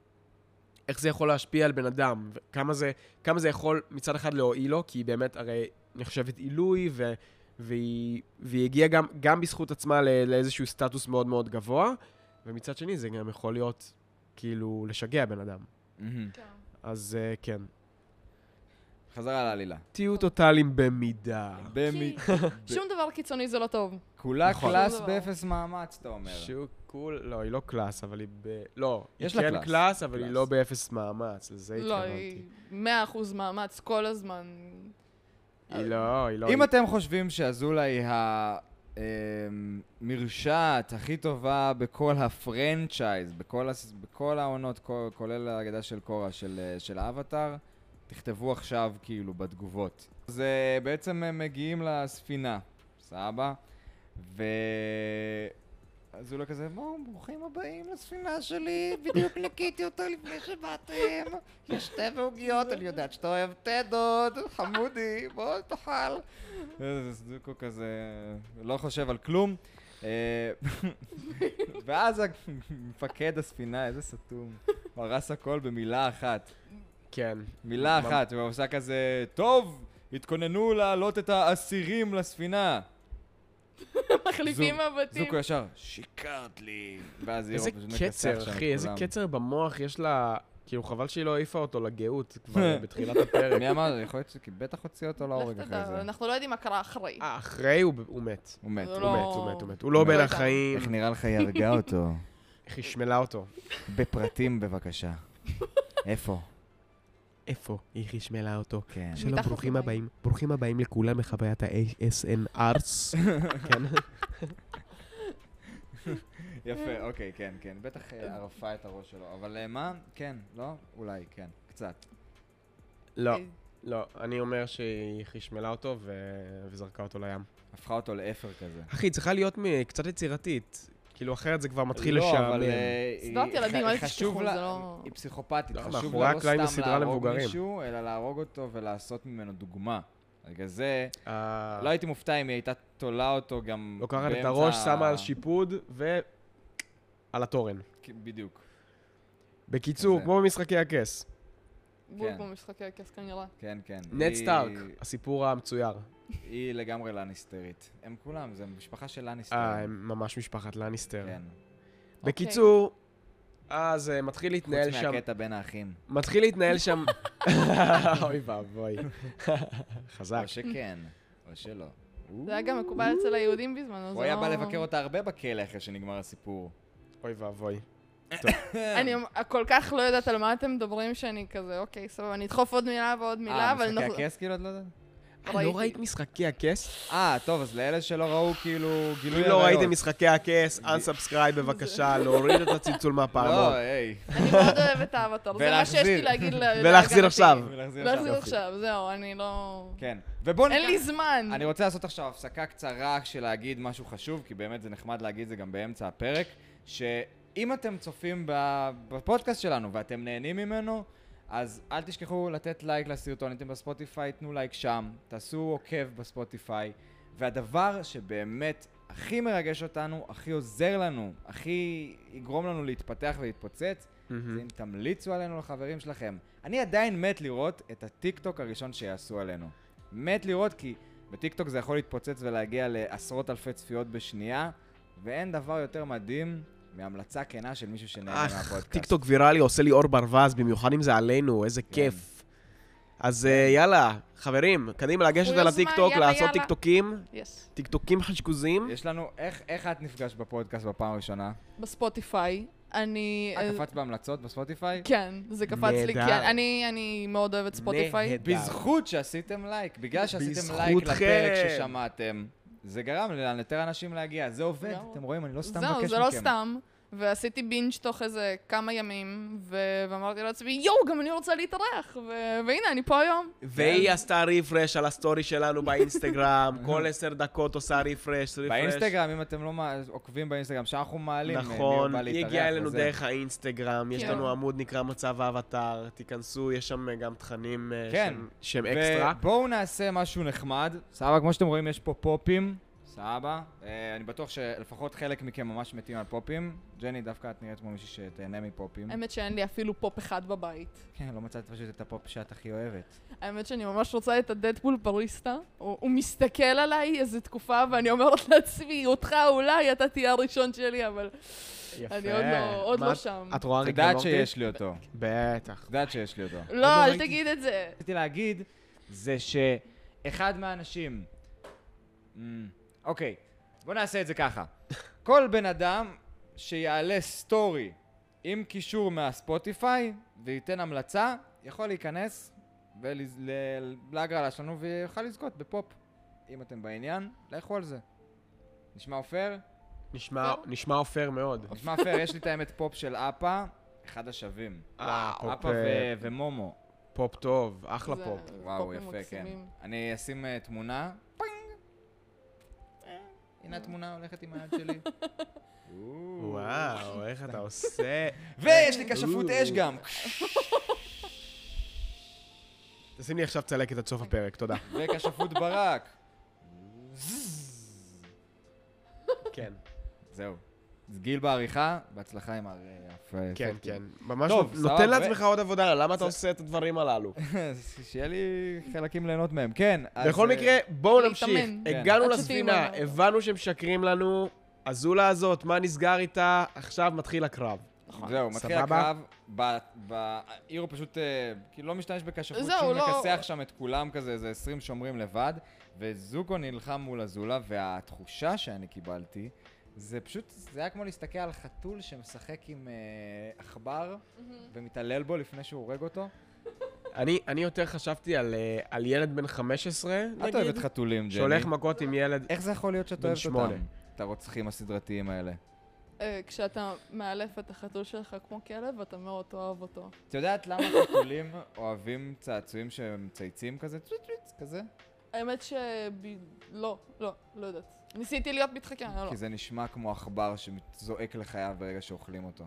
S1: על בן אדם, וכמה זה יכול מצד אחד להועיל לו, כי היא באמת הרי נחשבת עילוי, והיא הגיעה גם בזכות עצמה לאיזשהו סטטוס מאוד מאוד גבוה, ומצד שני זה גם יכול להיות כאילו לשגע בן אדם.
S3: כן.
S1: אז כן.
S2: חזרה לעלילה.
S1: תהיו טוטליים במידה.
S3: שום דבר קיצוני זה לא טוב.
S2: כולה
S1: נכון.
S2: קלאס
S3: שום דבר.
S2: באפס מאמץ, אתה אומר.
S1: לא, היא לא קלאס, אבל היא לא,
S2: יש
S1: היא
S2: לה
S1: כן
S2: קלאס.
S1: קלאס, אבל היא
S2: קלאס.
S1: לא באפס מאמץ, לזה
S3: לא,
S1: התכוונתי.
S3: היא 100% מאמץ כל הזמן.
S1: היא לא.
S2: אם אתם חושבים שאזולה היא המרשעת הכי טובה בכל הפרנצ'ייז, בכל העונות, כולל ההגדה של קורה, של האבטר, תכתבו עכשיו כאילו בתגובות. אז בעצם הם מגיעים לספינה, סבבה? אזולה כזה, ברוכים הבאים לספינה שלי, בדיוק לקיתי אותה לפני שבאתם. יש תה ועוגיות, אני יודעת שאתה אוהב תה דוד, חמודי, בוא תאכל. זוקו כזה לא חושב על כלום. ואז מפקד הספינה, איזה סתום, הוא הרס הכל במילה אחת.
S1: כן.
S2: מילה אחת, והוא עושה כזה, טוב, התכוננו להעלות את האסירים לספינה.
S3: מחליפים מבטים.
S2: זוקו ישר, שיקרת לי. ואז
S1: איזה קצר, אחי, איזה קצר במוח יש לה... כאילו, חבל שהיא לא העיפה אותו לגאות כבר בתחילת הפרק.
S2: מי אמר? יכול להיות שכי בטח הוציא אותו להורג
S3: לך
S2: אחרי
S3: תדע,
S2: זה.
S3: אנחנו לא יודעים מה קרה אחרי.
S1: אחרי הוא מת.
S2: הוא מת.
S3: זה
S1: הוא מת. הוא לא בין החיים.
S2: איך נראה לך היא הרגה אותו?
S1: איך היא שמלה אותו.
S2: בפרטים בבקשה. איפה?
S1: איפה היא חשמלה אותו?
S2: כן.
S1: שלום,
S3: מתחת
S1: ברוכים
S3: למים.
S1: הבאים. ברוכים הבאים לכולם מחוויית ה-ASNRs. כן.
S2: יפה, אוקיי, כן, כן. בטח ערפה את הראש שלו. אבל מה? כן, לא? אולי, כן. קצת.
S1: לא, לא. אני אומר שהיא חשמלה אותו וזרקה אותו לים.
S2: הפכה אותו לאפר כזה.
S1: אחי, צריכה להיות קצת יצירתית. כאילו, אחרת זה כבר מתחיל
S2: לא,
S1: לשעמם.
S3: סדרת ילדים, אל תשכחו, זה לא...
S2: היא פסיכופתית,
S1: לא,
S2: חשוב
S1: מאחורי
S2: לה לא
S1: הקלעים
S2: סתם
S1: בסדרה
S2: להרוג
S1: למבוגרים.
S2: מישהו, אלא להרוג אותו ולעשות ממנו דוגמה. בגלל זה,
S1: לא
S2: לא הייתי מופתע אם היא הייתה תולה אותו גם
S1: לוקחת את הראש, שמה על שיפוד על התורן.
S2: בדיוק.
S1: בקיצור,
S2: כזה.
S1: כמו במשחקי הכס.
S3: בול
S2: כן.
S3: כמו משחקי הכס כנראה.
S2: כן, כן.
S1: נד סטארק, הסיפור המצויר.
S2: היא לגמרי לניסטרית. הם כולם, זה משפחה של לניסטר.
S1: הם ממש משפחת לניסטר.
S2: כן.
S1: בקיצור, אז מתחיל להתנהל
S2: חוץ
S1: שם...
S2: מהקטע בין האחים.
S1: מתחיל להתנהל שם... אוי ואבוי. חזק.
S2: או שכן, או שלא.
S3: זה היה גם מקובל אצל היהודים בזמנו, זה לא...
S2: הוא היה בא לבקר אותה הרבה בכלא אחרי שנגמר הסיפור.
S1: אוי ואבוי.
S3: אני כל כך לא יודעת על מה אתם מדברים שאני כזה, אוקיי, סבבה, אני אדחוף עוד מילה ועוד מילה, אבל...
S2: משחקי הכס כאילו את לא יודעת?
S1: לא ראית משחקי הכס?
S2: טוב, אז לאלה שלא ראו כאילו גילוי
S1: אם
S2: עריות.
S1: לא ראיתם משחקי הכס, unsubscribe בבקשה, להוריד את הצלצול מהפעמון.
S2: לא, היי.
S3: אני מאוד אוהבת האבטר, זה מה שיש לי להגיד
S1: ולהחזיר עכשיו.
S3: להחזיר עכשיו, זהו, אני לא...
S2: כן. ובואו
S3: אין לי זמן.
S2: אני רוצה לעשות עכשיו הפסקה קצרה של להגיד משהו חשוב, כי באמת זה נחמד להגיד זה גם באמצע הפרק, שאם אתם צופים בפודקאסט שלנו ואתם נהנים ממנו, אז אל תשכחו לתת לייק לסרטון, אתם בספוטיפיי, תנו לייק שם, תעשו עוקב בספוטיפיי, והדבר שבאמת הכי מרגש אותנו, הכי עוזר לנו, הכי יגרום לנו להתפתח ולהתפוצץ, זה אם תמליצו עלינו לחברים שלכם. אני עדיין מת לראות את הטיקטוק הראשון שיעשו עלינו. מת לראות כי בטיקטוק זה יכול להתפוצץ ולהגיע לעשרות אלפי צפיות בשנייה, ואין דבר יותר מדהים מהמלצה כנה של מישהו שנהנה מהפודקאסט.
S1: טיקטוק ויראלי עושה לי אור ברווז, במיוחד אם זה עלינו, איזה כיף. אז יאללה, חברים, קדימה לגשת על הטיקטוק, לעשות טיקטוקים, טיקטוקים חשקוזים.
S2: יש לנו, איך את נפגשת בפודקאסט בפעם הראשונה?
S3: בספוטיפיי. אני...
S2: קפץ בהמלצות בספוטיפיי?
S3: כן, זה קפץ לי, כן. אני מאוד אוהבת ספוטיפיי.
S2: בזכות שעשיתם לייק, בגלל שעשיתם לייק לפרק ששמעתם, זה גרם ליותר אנשים להגיע. זה עובד, אתם רואים, אני לא סתם מבקש מכם.
S3: זהו, זה לא סתם. ועשיתי בינג' תוך איזה כמה ימים, ואמרתי לעצמי, יואו, גם אני רוצה להתארח, והנה, אני פה היום.
S1: והיא עשתה ריפרש על הסטורי שלנו באינסטגרם, כל 10 דקות עושה ריפרש.
S2: באינסטגרם, אם אתם לא עוקבים באינסטגרם, שאנחנו מעלים,
S1: נכון, היא הגיעה אלינו דרך האינסטגרם, יש לנו עמוד נקרא מצב האבטר, תיכנסו, יש שם גם תכנים שהם אקסטרה.
S2: ובואו נעשה משהו נחמד, סבבה, כמו שאתם רואים, יש פה פופים. סבבה. אני בטוח שלפחות חלק מכם ממש מתים על פופים. ג'ני, דווקא את נראית כמו מישהי שתהנה מפופים.
S3: האמת שאין לי אפילו פופ אחד בבית.
S2: כן, לא מצאת פשוט את הפופ שאת הכי אוהבת.
S3: האמת שאני ממש רוצה את הדדפול בריסטה. הוא מסתכל עליי איזו תקופה, ואני אומרת לעצמי, אותך אולי אתה תהיה הראשון שלי, אבל... אני עוד לא שם.
S1: את רואה
S2: ריק ומורטי? יודעת שיש לי אותו.
S1: בטח.
S2: יודעת שיש לי אותו.
S3: לא, אל תגיד את זה.
S2: רציתי להגיד, זה שאחד מהאנשים... אוקיי, בוא נעשה את זה ככה. כל בן אדם שיעלה סטורי עם קישור מהספוטיפיי וייתן המלצה, יכול להיכנס להגרלה שלנו ויוכל לזכות בפופ. אם אתם בעניין, לכו על זה. נשמע אופר?
S1: נשמע אופר מאוד.
S2: נשמע אופר, יש לי את האמת פופ של אפה, אחד השווים. אפה ומומו.
S1: פופ טוב, אחלה פופ.
S2: וואו, יפה, כן. אני אשים תמונה. הנה התמונה הולכת עם היד שלי.
S1: וואו, איך אתה עושה.
S2: ויש לי כשפות אש גם.
S1: תשים לי עכשיו צלקת עד סוף הפרק, תודה.
S2: וכשפות ברק.
S1: כן.
S2: זהו. אז גיל בעריכה, בהצלחה עם הפרק.
S1: כן, כן. ממש נותן לעצמך עוד עבודה, למה אתה עושה את הדברים הללו?
S2: שיהיה לי חלקים ליהנות מהם, כן.
S1: בכל מקרה, בואו נמשיך. הגענו לספינה, הבנו שהם משקרים לנו, הזולה הזאת, מה נסגר איתה, עכשיו מתחיל הקרב.
S2: זהו, מתחיל הקרב, אירו פשוט, כאילו לא משתמש בכשפות, שהוא מכסח שם את כולם כזה, איזה 20 שומרים לבד, וזוקו נלחם מול הזולה, והתחושה שאני קיבלתי, זה פשוט, זה היה כמו להסתכל על חתול שמשחק עם עכבר ומתעלל בו לפני שהוא הורג אותו.
S1: אני יותר חשבתי על ילד בן 15, נגיד.
S2: את אוהבת חתולים, ג'ני.
S1: שהולך מכות עם ילד...
S2: איך זה יכול להיות שאת אוהבת אותם? את הרוצחים הסדרתיים האלה.
S3: כשאתה מאלף את החתול שלך כמו כלב, אתה מאוד אוהב אותו.
S2: את יודעת למה חתולים אוהבים צעצועים שהם צייצים כזה? כזה?
S3: האמת לא יודעת. ניסיתי להיות מתחכם, לא.
S2: כי זה נשמע כמו עכבר שזועק לחייו ברגע שאוכלים אותו.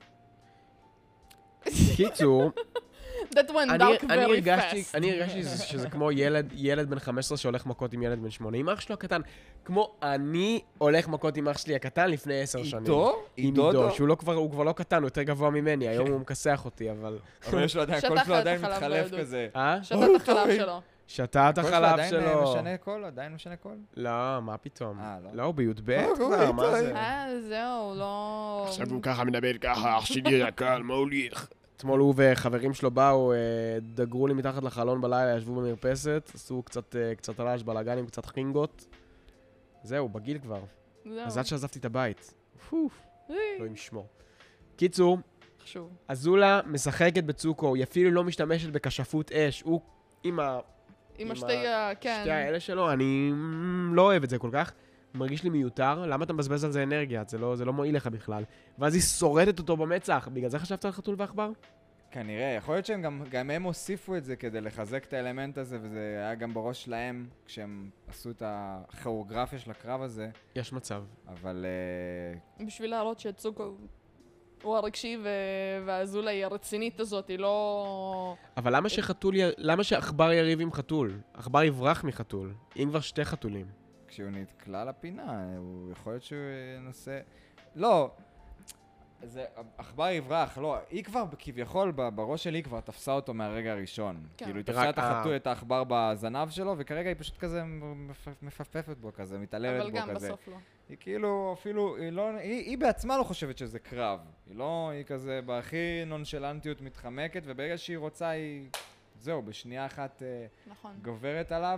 S1: קיצור,
S3: אני
S1: הרגשתי שזה כמו ילד בן 15 שהולך מכות עם ילד בן 8. עם אח שלו הקטן. כמו אני הולך מכות עם אח שלי הקטן לפני 10 שנים.
S2: איתו?
S1: עם עידו, שהוא כבר לא קטן, הוא יותר גבוה ממני. היום הוא מכסח אותי, אבל...
S2: אבל יש לו עדיין, הקול שלו עדיין מתחלף כזה.
S3: שתה את החלב שלו.
S1: שתה את החלב שלו.
S2: עדיין משנה קול? עדיין משנה קול?
S1: לא, מה פתאום?
S2: לא?
S1: לא, הוא בי"ב כבר, מה זה?
S3: זהו, לא...
S1: עכשיו הוא ככה מדבר ככה, אח שלי יקר, מה הוליך? אתמול הוא וחברים שלו באו, דגרו לי מתחת לחלון בלילה, ישבו במרפסת, עשו קצת רעש בלגנים, קצת חינגות. זהו, בגיל כבר. אז עד שעזבתי את הבית. לא ישמור. קיצור, הזולה משחקת בצוקו, היא אפילו לא משתמשת בכשפות אש, הוא עם
S3: שתי
S1: האלה שלו, אני לא אוהב את זה כל כך. מרגיש לי מיותר, למה אתה מבזבז על זה אנרגיה? זה לא מועיל לך בכלל. ואז היא שורדת אותו במצח, בגלל זה חשבת על חתול ועכבר?
S2: כנראה, יכול להיות שהם גם הם הוסיפו את זה כדי לחזק את האלמנט הזה, וזה היה גם בראש שלהם, כשהם עשו את הכוריאוגרפיה של הקרב הזה.
S1: יש מצב.
S2: אבל...
S3: בשביל להראות שצוקו הוא הרגשי והזולה היא הרצינית הזאת, היא לא...
S1: אבל למה שעכבר יריב עם חתול? עכבר יברח מחתול, אם כבר שתי חתולים.
S2: כשהוא נתקלה לפינה, הוא יכול להיות שהוא ינסה... לא, זה, עכבר יברח, לא, היא כבר כביכול, בראש שלי היא כבר תפסה אותו מהרגע הראשון.
S3: כן.
S2: כאילו, היא תפסה את העכבר בזנב שלו, וכרגע היא פשוט כזה מפפפת בו כזה, מתעללת בו
S3: אבל
S2: כזה.
S3: גם בסוף לא.
S2: היא כאילו, אפילו, היא בעצמה לא חושבת שזה קרב. היא כזה בהכי נונשלנטיות מתחמקת, וברגע שהיא רוצה, היא, זהו, בשנייה אחת
S3: נכון.
S2: גוברת עליו.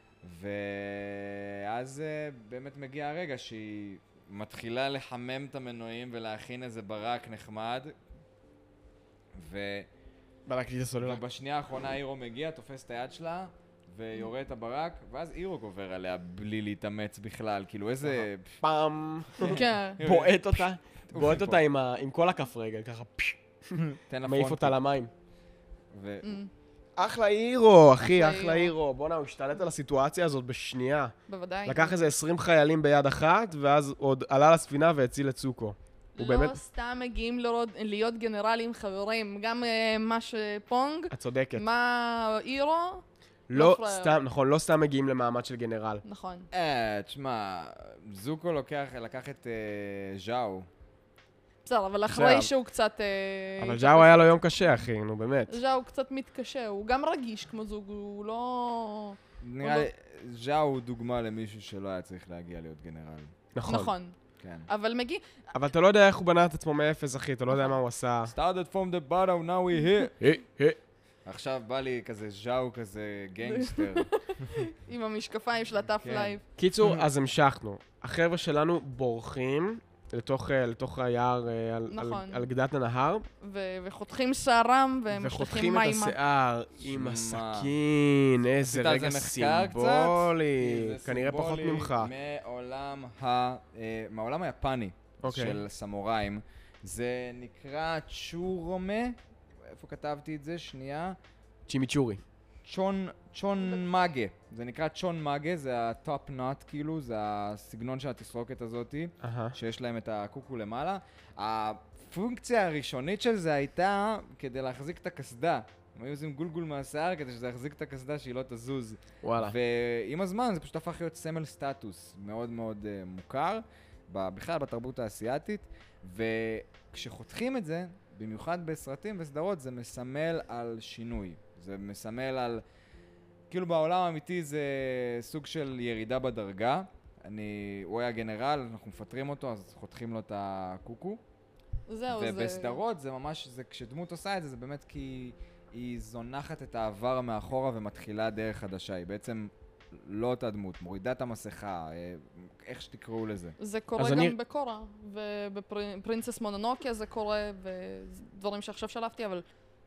S2: ואז באמת מגיע הרגע שהיא מתחילה לחמם את המנועים ולהכין איזה ברק נחמד.
S1: ברק לי את הסוללה.
S2: ובשנייה האחרונה אירו מגיע, תופס את היד שלה ויורה את הברק, ואז אירו גובר עליה בלי להתאמץ בכלל. כאילו איזה...
S1: פעם.
S3: כן.
S1: בועט אותה עם כל הכף רגל, ככה
S2: תן לה
S1: מעיף אותה למים.
S2: ו...
S1: אחלה אירו, אחי,
S3: אחלה
S1: אחלה
S3: אירו.
S1: אירו. בוא'נה, הוא השתלט על הסיטואציה הזאת בשנייה.
S3: בוודאי.
S1: לקח איזה 20 חיילים ביד אחת, ואז עוד עלה לספינה והציל את צוקו. הוא באמת...
S3: לא סתם מגיעים להיות גנרלים חברים, גם מה שפונג,
S1: את צודקת.
S3: מה אירו,
S1: לא
S3: פראייר.
S1: סתם, נכון, לא סתם מגיעים למעמד של גנרל.
S3: נכון.
S2: תשמע, זוקו לקח את ז'או.
S3: בסדר, אבל אחרי שהוא קצת...
S1: אבל ז'או היה לו יום קשה, אחי, נו באמת.
S3: ז'או קצת מתקשה, הוא גם רגיש כמו זוג, הוא לא...
S2: נראה לי, ז'או הוא דוגמה למישהו שלא היה צריך להגיע להיות גנרל.
S3: נכון.
S2: כן.
S3: אבל מגיע...
S1: אבל אתה לא יודע איך הוא בנה את עצמו מאפס, אחי, אתה לא יודע מה הוא עשה.
S2: Started from the bottom, now we here.
S1: היי.
S2: עכשיו בא לי כזה ז'או כזה גנגסטר.
S3: עם המשקפיים של הטאפ
S2: כן.
S3: לייב.
S1: קיצור, אז המשכנו. החבר'ה שלנו בורחים לתוך היער
S3: נכון.
S1: על גדת הנהר,
S3: וחותכים שערם, והם משלחים
S1: וחותכים את
S3: מים.
S1: השיער עם
S2: שמע.
S1: הסכין, איזה
S2: עשית על
S1: רגע
S2: זה מחקר קצת?
S1: סימבולי.
S2: זה
S1: כנראה פחות
S2: סימבולי
S1: ממך.
S2: מהעולם היפני
S1: אוקיי.
S2: של סמוראים. זה נקרא צ'ורומה. איפה כתבתי את זה? שנייה.
S1: צ'ימיצ'ורי.
S2: צ'ון מגה. זה נקרא צ'ון מגה, זה הטופ נוט כאילו, זה הסגנון של התסרוקת הזאתי, שיש להם את הקוקו למעלה. הפונקציה הראשונית של זה הייתה כדי להחזיק את הקסדה. הם היו עושים גולגול מהשיער כדי שזה יחזיק את הקסדה שהיא לא תזוז.
S1: וואלה.
S2: ועם הזמן זה פשוט הפך להיות סמל סטטוס מאוד מאוד מוכר, בכלל בתרבות האסייתית, וכשחותכים את זה, במיוחד בסרטים וסדרות, זה מסמל על שינוי. זה מסמל על... כאילו בעולם האמיתי זה סוג של ירידה בדרגה. הוא היה גנרל, אנחנו מפטרים אותו, אז חותכים לו את הקוקו.
S3: זהו,
S2: ובסדרות זה ממש, כשדמות עושה את זה, זה באמת כי היא זונחת את העבר מאחורה ומתחילה דרך חדשה. היא בעצם לא אותה דמות, מורידה את המסכה, איך שתקראו לזה.
S3: זה קורה גם בקורה, ובפרינסס מונונוקיה זה קורה, ודברים שעכשיו שלפתי, אבל...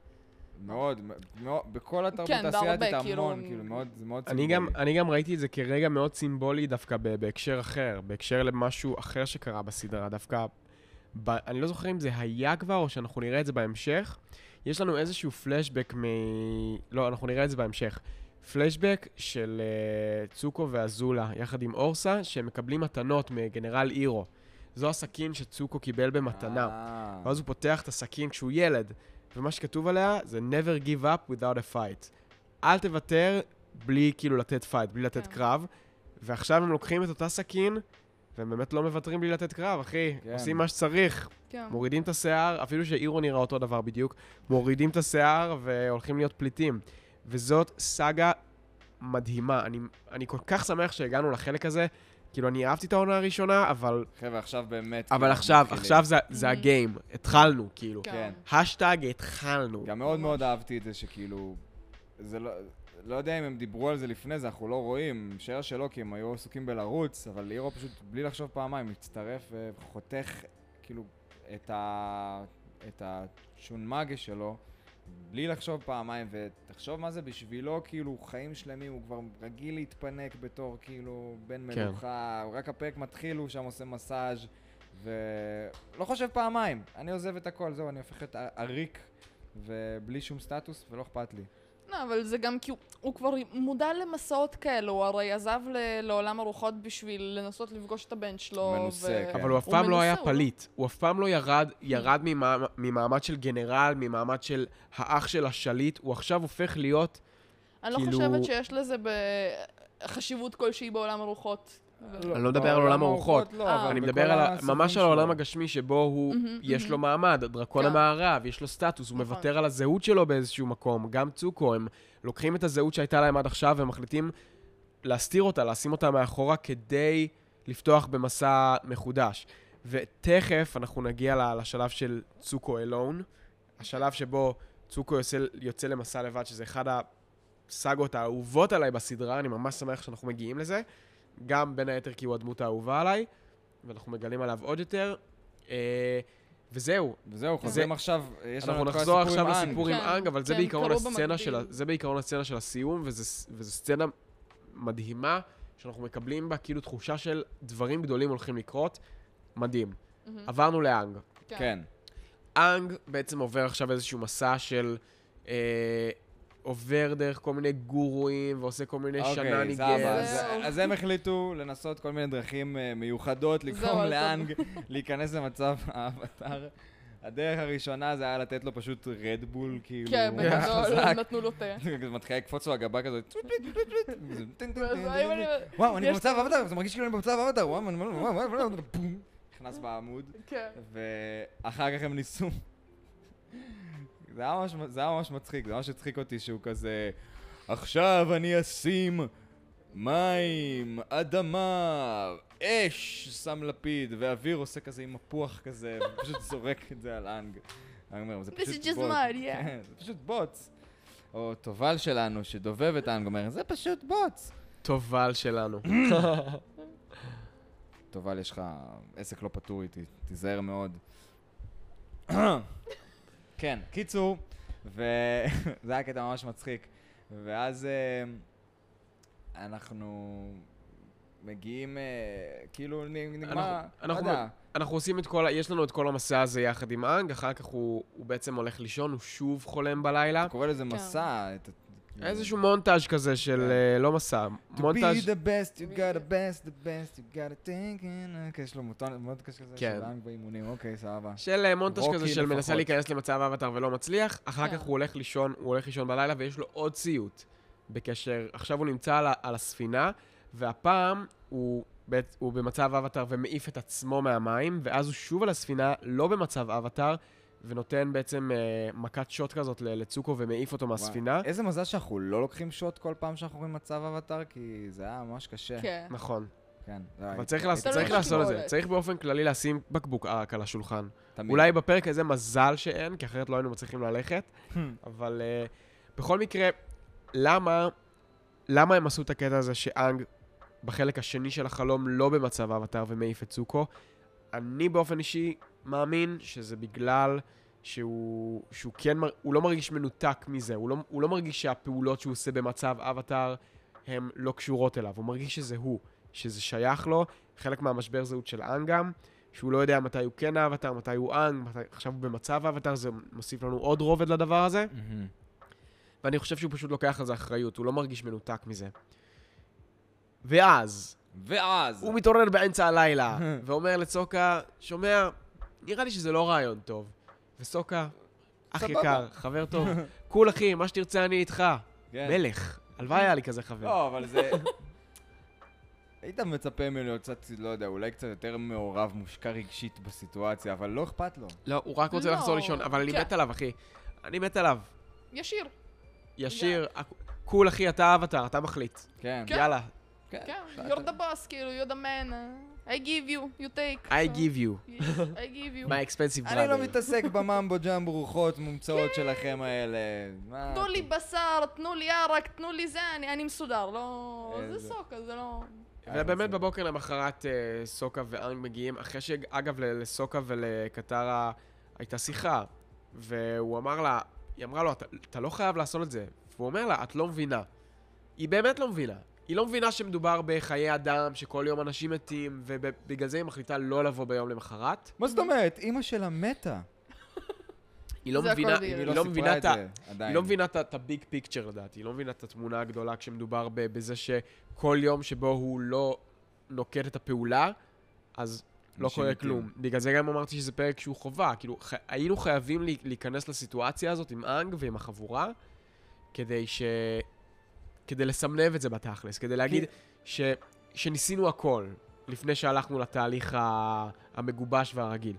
S2: מאוד, בכל התרבות האסייתית המון, כאילו, זה מאוד סימבולי.
S1: אני גם ראיתי את זה כרגע מאוד סימבולי דווקא בהקשר אחר, בהקשר למשהו אחר שקרה בסדרה, דווקא, אני לא זוכר אם זה היה כבר או שאנחנו נראה את זה בהמשך, יש לנו איזשהו פלשבק לא, אנחנו נראה את זה בהמשך. פלשבק של צוקו ואזולה, יחד עם אורסה, שהם מקבלים מתנות מגנרל אירו. זו הסכין שצוקו קיבל במתנה. ואז הוא פותח את הסכין כשהוא ילד, ומה שכתוב עליה זה never give up without a fight. אל תוותר בלי כאילו לתת פייט, בלי לתת קרב. ועכשיו הם לוקחים את אותה סכין, והם באמת לא מוותרים בלי לתת קרב, אחי. עושים מה שצריך. מורידים את השיער, אפילו שאירו נראה אותו דבר בדיוק, מורידים את השיער והולכים להיות פליטים. וזאת סאגה מדהימה. אני כל כך שמח שהגענו לחלק הזה. כאילו, אני אהבתי את העונה הראשונה, אבל...
S2: חבר'ה, עכשיו באמת...
S1: אבל עכשיו זה הגיים. התחלנו, כאילו.
S2: כן.
S1: השטג, התחלנו.
S2: גם מאוד מאוד אהבתי את זה שכאילו... זה לא יודע אם הם דיברו על זה לפני זה, אנחנו לא רואים. משער שלא, כי הם היו עסוקים בלרוץ, אבל אירו פשוט, בלי לחשוב פעמיים, מצטרף וחותך, כאילו, את השונמגה שלו, בלי לחשוב פעמיים, ותחשוב מה זה בשבילו, כאילו, חיים שלמים, הוא כבר רגיל להתפנק בתור, כאילו, בן מלוכה, רק הפרק מתחיל, הוא שם עושה מסאז' ולא חושב פעמיים, אני עוזב את הכל, זהו, אני הופך את עריק, ובלי שום סטטוס, ולא אכפת לי.
S3: לא, אבל זה גם כי הוא כבר מודע למסעות כאלו, הוא הרי עזב לעולם הרוחות בשביל לנסות לפגוש את הבן שלו.
S2: מנוסה, כן.
S1: אבל הוא אף פעם לא היה פליט. הוא אף פעם לא ירד ממעמד של גנרל, ממעמד של האח של השליט. הוא עכשיו הופך להיות...
S3: אני לא חושבת שיש לזה חשיבות כלשהי בעולם הרוחות.
S1: אני לא מדבר על עולם הרוחות, אני מדבר ממש על העולם הגשמי שבו הוא, יש לו מעמד, דרקון המערב, יש לו סטטוס, הוא מוותר על הזהות שלו באיזשהו מקום, גם צוקו, הם לוקחים את הזהות שהייתה להם עד עכשיו והם מחליטים להסתיר אותה, לשים אותה מאחורה כדי לפתוח במסע מחודש. ותכף אנחנו נגיע לשלב של צוקו אלון, השלב שבו צוקו יוצא למסע לבד, שזה אחד הסאגות האהובות עליי בסדרה, אני ממש שמח שאנחנו מגיעים לזה, גם בין היתר כי הוא הדמות האהובה עליי, ואנחנו מגלים עליו עוד יותר, וזהו.
S2: חוזרים עכשיו, יש לנו
S1: אנחנו
S2: את כל
S1: נחזור
S2: הסיפור
S1: עכשיו
S2: עם
S1: לסיפור עם אנג, אבל זה בעיקרון הסצנה של הסיום, וזו סצנה מדהימה, שאנחנו מקבלים בה כאילו תחושה של דברים גדולים הולכים לקרות, מדהים. עברנו לאנג.
S2: כן.
S1: אנג בעצם עובר עכשיו איזשהו מסע של עובר דרך כל מיני גורואים ועושה כל מיני שנניגנס.
S2: אז הם החליטו לנסות כל מיני דרכים מיוחדות, לגרום לאנג להיכנס למצב האבטר. הדרך הראשונה זה היה לתת לו פשוט רדבול, כאילו...
S3: כן, בגדול, נתנו לו תה.
S2: זה מתחיל לקפוץ לו הגבה כזאת. וואו, אני במצב האבטר, זה מרגיש כאילו אני במצב האבטר, וואו, נכנס בעמוד. ואחר כך הם ניסו. זה היה ממש מצחיק, זה ממש הצחיק אותי שהוא כזה, עכשיו אני אשים מים, אדמה, אש, שם לפיד, והאוויר עושה כזה עם מפוח כזה, ופשוט זורק את זה על אנג. אני אומר, זה פשוט בוץ. זה פשוט בוץ. או תובל שלנו שדובב את אנג, אומר, זה פשוט בוץ.
S1: תובל שלנו.
S2: תובל, יש לך עסק לא פטור איתי, תיזהר מאוד. כן, קיצור, וזה היה קטע ממש מצחיק, ואז אנחנו מגיעים, כאילו נגמר,
S1: אנחנו עושים את כל, יש לנו את כל המסע הזה יחד עם אנג, אחר כך הוא בעצם הולך לישון, הוא שוב חולם בלילה.
S2: אתה קורא לזה מסע.
S1: איזשהו מונטאז' כזה של לא מסע, מונטאז'.
S2: To be the best, you got the best, the best, you got a thing. יש לו מונטאז' כזה של אנג באימונים, אוקיי, סבבה.
S1: של מונטאז' כזה של מנסה להיכנס למצב האבטר ולא מצליח, אחר כך הוא הולך לישון בלילה ויש לו עוד סיוט בקשר, עכשיו הוא נמצא על הספינה, והפעם הוא במצב אבטר ומעיף את עצמו מהמים, ואז הוא שוב על הספינה, לא במצב אבטר, ונותן בעצם מכת שוט כזאת לצוקו ומעיף אותו מהספינה.
S2: איזה מזל שאנחנו לא לוקחים שוט כל פעם שאנחנו רואים מצב אבטר, כי זה היה ממש קשה.
S3: כן.
S1: נכון.
S2: כן.
S1: אבל צריך לעשות את זה. צריך באופן כללי לשים בקבוק ערק על השולחן.
S2: תמיד.
S1: אולי בפרק הזה מזל שאין, כי אחרת לא היינו מצליחים ללכת. אבל בכל מקרה, למה הם עשו את הקטע הזה שאנג בחלק השני של החלום לא במצב אבטר ומעיף את צוקו? אני באופן אישי מאמין שזה בגלל שהוא כן, הוא לא מרגיש מנותק מזה, הוא לא מרגיש שהפעולות שהוא עושה במצב אבטר הן לא קשורות אליו, הוא מרגיש שזה הוא, שזה שייך לו, חלק מהמשבר זהות של אנג גם, שהוא לא יודע מתי הוא כן האבטר, מתי הוא אנג, עכשיו הוא במצב האבטר, זה מוסיף לנו עוד רובד לדבר הזה, ואני חושב שהוא פשוט לוקח על זה אחריות, הוא לא מרגיש מנותק מזה. ואז הוא מתעורר באמצע הלילה, ואומר לסוקה, שומע, נראה לי שזה לא רעיון טוב. וסוקה, אח יקר, חבר טוב, קול אחי, מה שתרצה אני איתך. מלך, הלוואי היה לי כזה חבר.
S2: לא, אבל זה... היית מצפה ממנו קצת, לא יודע, אולי קצת יותר מעורב, מושקע רגשית בסיטואציה, אבל לא אכפת לו.
S1: לא, הוא רק רוצה לחזור לישון, אבל אני מת עליו, אחי. אני מת עליו. ישיר, קול אחי, אתה אבטר, אתה מחליט.
S2: כן.
S1: יאללה.
S3: כן, you're the boss, כאילו, you're the man. I give you, you take.
S1: I give you.
S3: I give you.
S1: My expensive brother.
S2: אני לא מתעסק בממבו ג'מבו רוחות מומצאות שלכם האלה.
S3: תנו לי בשר, תנו לי ערק, תנו לי זה, אני מסודר, לא... זה סוקה, זה לא...
S1: ובאמת בבוקר למחרת סוקה ואנג מגיעים, אחרי שאגב לסוקה ולקטרה הייתה שיחה, והוא אמר לה, היא אמרה לו, אתה לא חייב לעשות את זה. והוא אומר לה, את לא מבינה. היא באמת לא מבינה. היא לא מבינה שמדובר בחיי אדם, שכל יום אנשים מתים, ובגלל זה היא מחליטה לא לבוא ביום למחרת.
S2: מה זאת אומרת? אמא שלה מתה.
S1: היא לא מבינה את הביג פיקצ'ר לדעתי, היא לא מבינה את התמונה הגדולה כשמדובר בזה שכל יום שבו הוא לא נוקט את הפעולה, אז לא קורה כלום. בגלל זה גם אמרתי שזה פרק שהוא חובה, כאילו היינו חייבים להיכנס לסיטואציה הזאת עם אנג ועם החבורה, כדי לסמנב את זה בתכלס, כדי להגיד שניסינו הכל, לפני שהלכנו לתהליך המגובש והרגיל.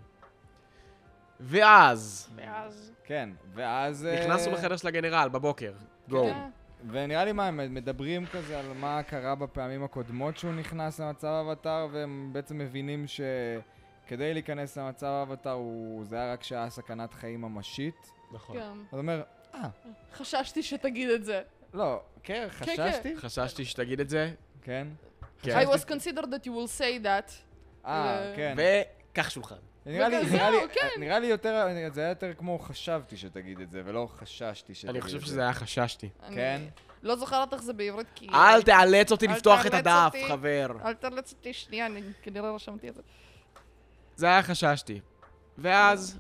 S1: ואז,
S2: כן, ואז...
S1: נכנסנו לחדר של הגנרל בבוקר. גו.
S3: כן.
S2: ונראה לי מה, הם מדברים כזה על מה קרה בפעמים הקודמות שהוא נכנס למצב האבטר, והם בעצם מבינים שכדי להיכנס למצב האבטר זה היה רק שהיה סכנת חיים ממשית.
S1: נכון.
S3: כן.
S2: אז אומר,
S3: חששתי שתגיד את זה.
S2: לא, כן, חששתי?
S1: חששתי שתגיד את זה.
S2: כן.
S1: כן.
S3: I was considered that you will say that.
S2: כן.
S1: וקח שולחן.
S2: נראה לי יותר, זה היה יותר כמו חשבתי שתגיד את זה, ולא חששתי שתגיד את זה.
S1: אני חושב שזה היה חששתי.
S2: כן.
S3: לא זוכרת איך זה בעברית, כי...
S1: אל תאלץ אותי
S3: אל
S1: לפתוח את
S3: תאלץ
S1: הדף,
S3: אותי.
S1: חבר.
S3: אל תאלץ אותי שנייה, אני כנראה רשמתי את זה.
S1: זה היה חששתי. ואז,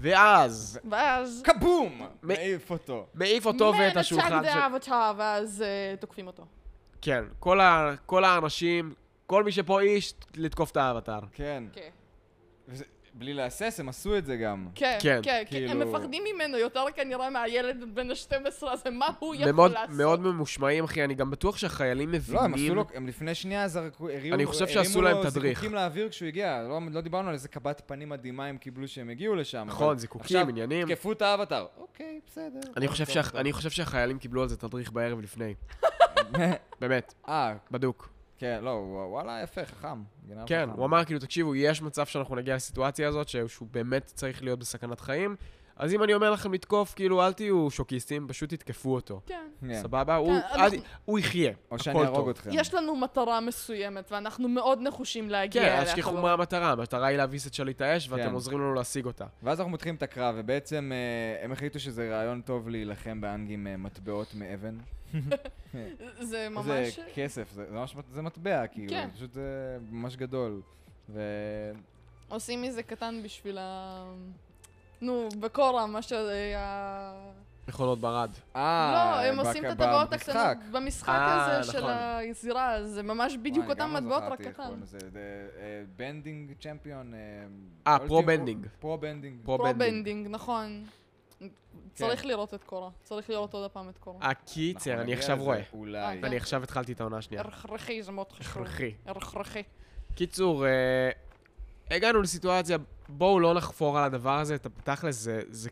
S3: ואז...
S2: קבום! מעיף אותו.
S1: מעיף אותו ואת השולחן
S3: Man attack the avatar, ואז תוקפים אותו.
S1: כן, כל האנשים, כל מי שפה איש, לתקוף את האבטר.
S2: כן.
S3: כן.
S2: בלי להסס, הם עשו את זה גם.
S3: כן,
S1: כן.
S3: כן,
S2: כאילו-
S3: הם מפחדים ממנו יותר כנראה מהילד בן ה-12 הזה, מה הוא יכול לעשות?
S1: מאוד ממושמעים, אחי, אני גם בטוח שהחיילים
S2: לא, הם עשו
S1: מבינים...
S2: לו, הם לפני שנייה זרקו,
S1: אני חושב שעשו להם תדריך.
S2: זיקוקים לאוויר כשהוא הגיע, לא דיברנו על איזה קבט פנים מדהימה הם קיבלו שהם הגיעו לשם.
S1: נכון,
S2: אבל
S1: זיקוקים,
S2: עכשיו,
S1: עניינים.
S2: תקפו את האבטר. אוקיי, בסדר.
S1: אני חושב שהחיילים קיבלו על זה תדריך בערב לפני. באמת, בדוק.
S2: כן, לא, וואלה, יפה, חכם.
S1: כן, הוא אמר כאילו, תקשיבו, יש מצב שאנחנו נגיע לסיטואציה הזאת, שהוא באמת צריך להיות בסכנת חיים, אז אם אני אומר לכם לתקוף, כאילו, אל תהיו שוקיסטים, פשוט תתקפו אותו.
S3: כן.
S1: סבבה? הוא יחיה.
S2: או שאני ארוג אתכם.
S3: יש לנו מטרה מסוימת, ואנחנו מאוד נחושים להגיע
S1: כן,
S3: אליה.
S1: אל תשכחו מה המטרה. המטרה היא להביס את שליט האש, ואתם
S2: כן.
S1: עוזרים לנו להשיג אותה.
S2: ואז אנחנו מתחילים את הקרב, ובעצם הם החליטו שזה רעיון טוב להילחם באנגים מטבעות מאבן.
S3: זה ממש...
S2: זה כסף, זה מטבע, כאילו,
S3: כן.
S2: פשוט זה ממש גדול.
S3: עושים מזה קטן בשביל ה... נו, בקורה, מה שהיה...
S1: מכונות ברד.
S3: לא, הם עושים את הטבעות הקטנות במשחק הזה של
S1: נכון.
S3: הזירה, זה ממש בדיוק אותם מטבעות רק קטן.
S2: זה בנדינג צ'מפיון.
S1: פרו-בנדינג.
S2: פרו-בנדינג.
S3: פרו-בנדינג, נכון. צריך לראות את קורה, צריך לראות עוד הפעם את קורה.
S1: הקיצר, אני עכשיו רואה.
S2: אולי.
S3: כן.
S1: אני עכשיו התחלתי את העונה השנייה.
S3: הכרחי, זה מאוד חשוב.
S1: הכרחי.
S3: הכרחי.
S1: קיצור, הגענו לסיטואציה, בואו לא נחפור על הדבר הזה, תכל'ס,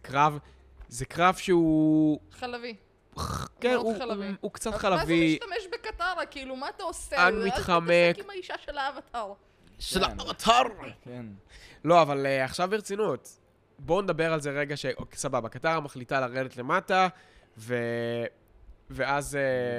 S1: זה קרב שהוא...
S3: חלבי.
S1: כן,
S3: מאוד חלבי.
S1: הוא קצת
S3: מה זה
S1: חלבי.
S3: משתמש בקטרה? כאילו, מה אתה עושה?
S1: אנג מתחמק.
S3: אל תתעסק עם האישה של האבטר.
S1: של האבטר!
S2: כן.
S1: לא, אבל עכשיו ברצינות. בואו נדבר על זה רגע סבבה, קטרה מחליטה לרדת למטה, ואז...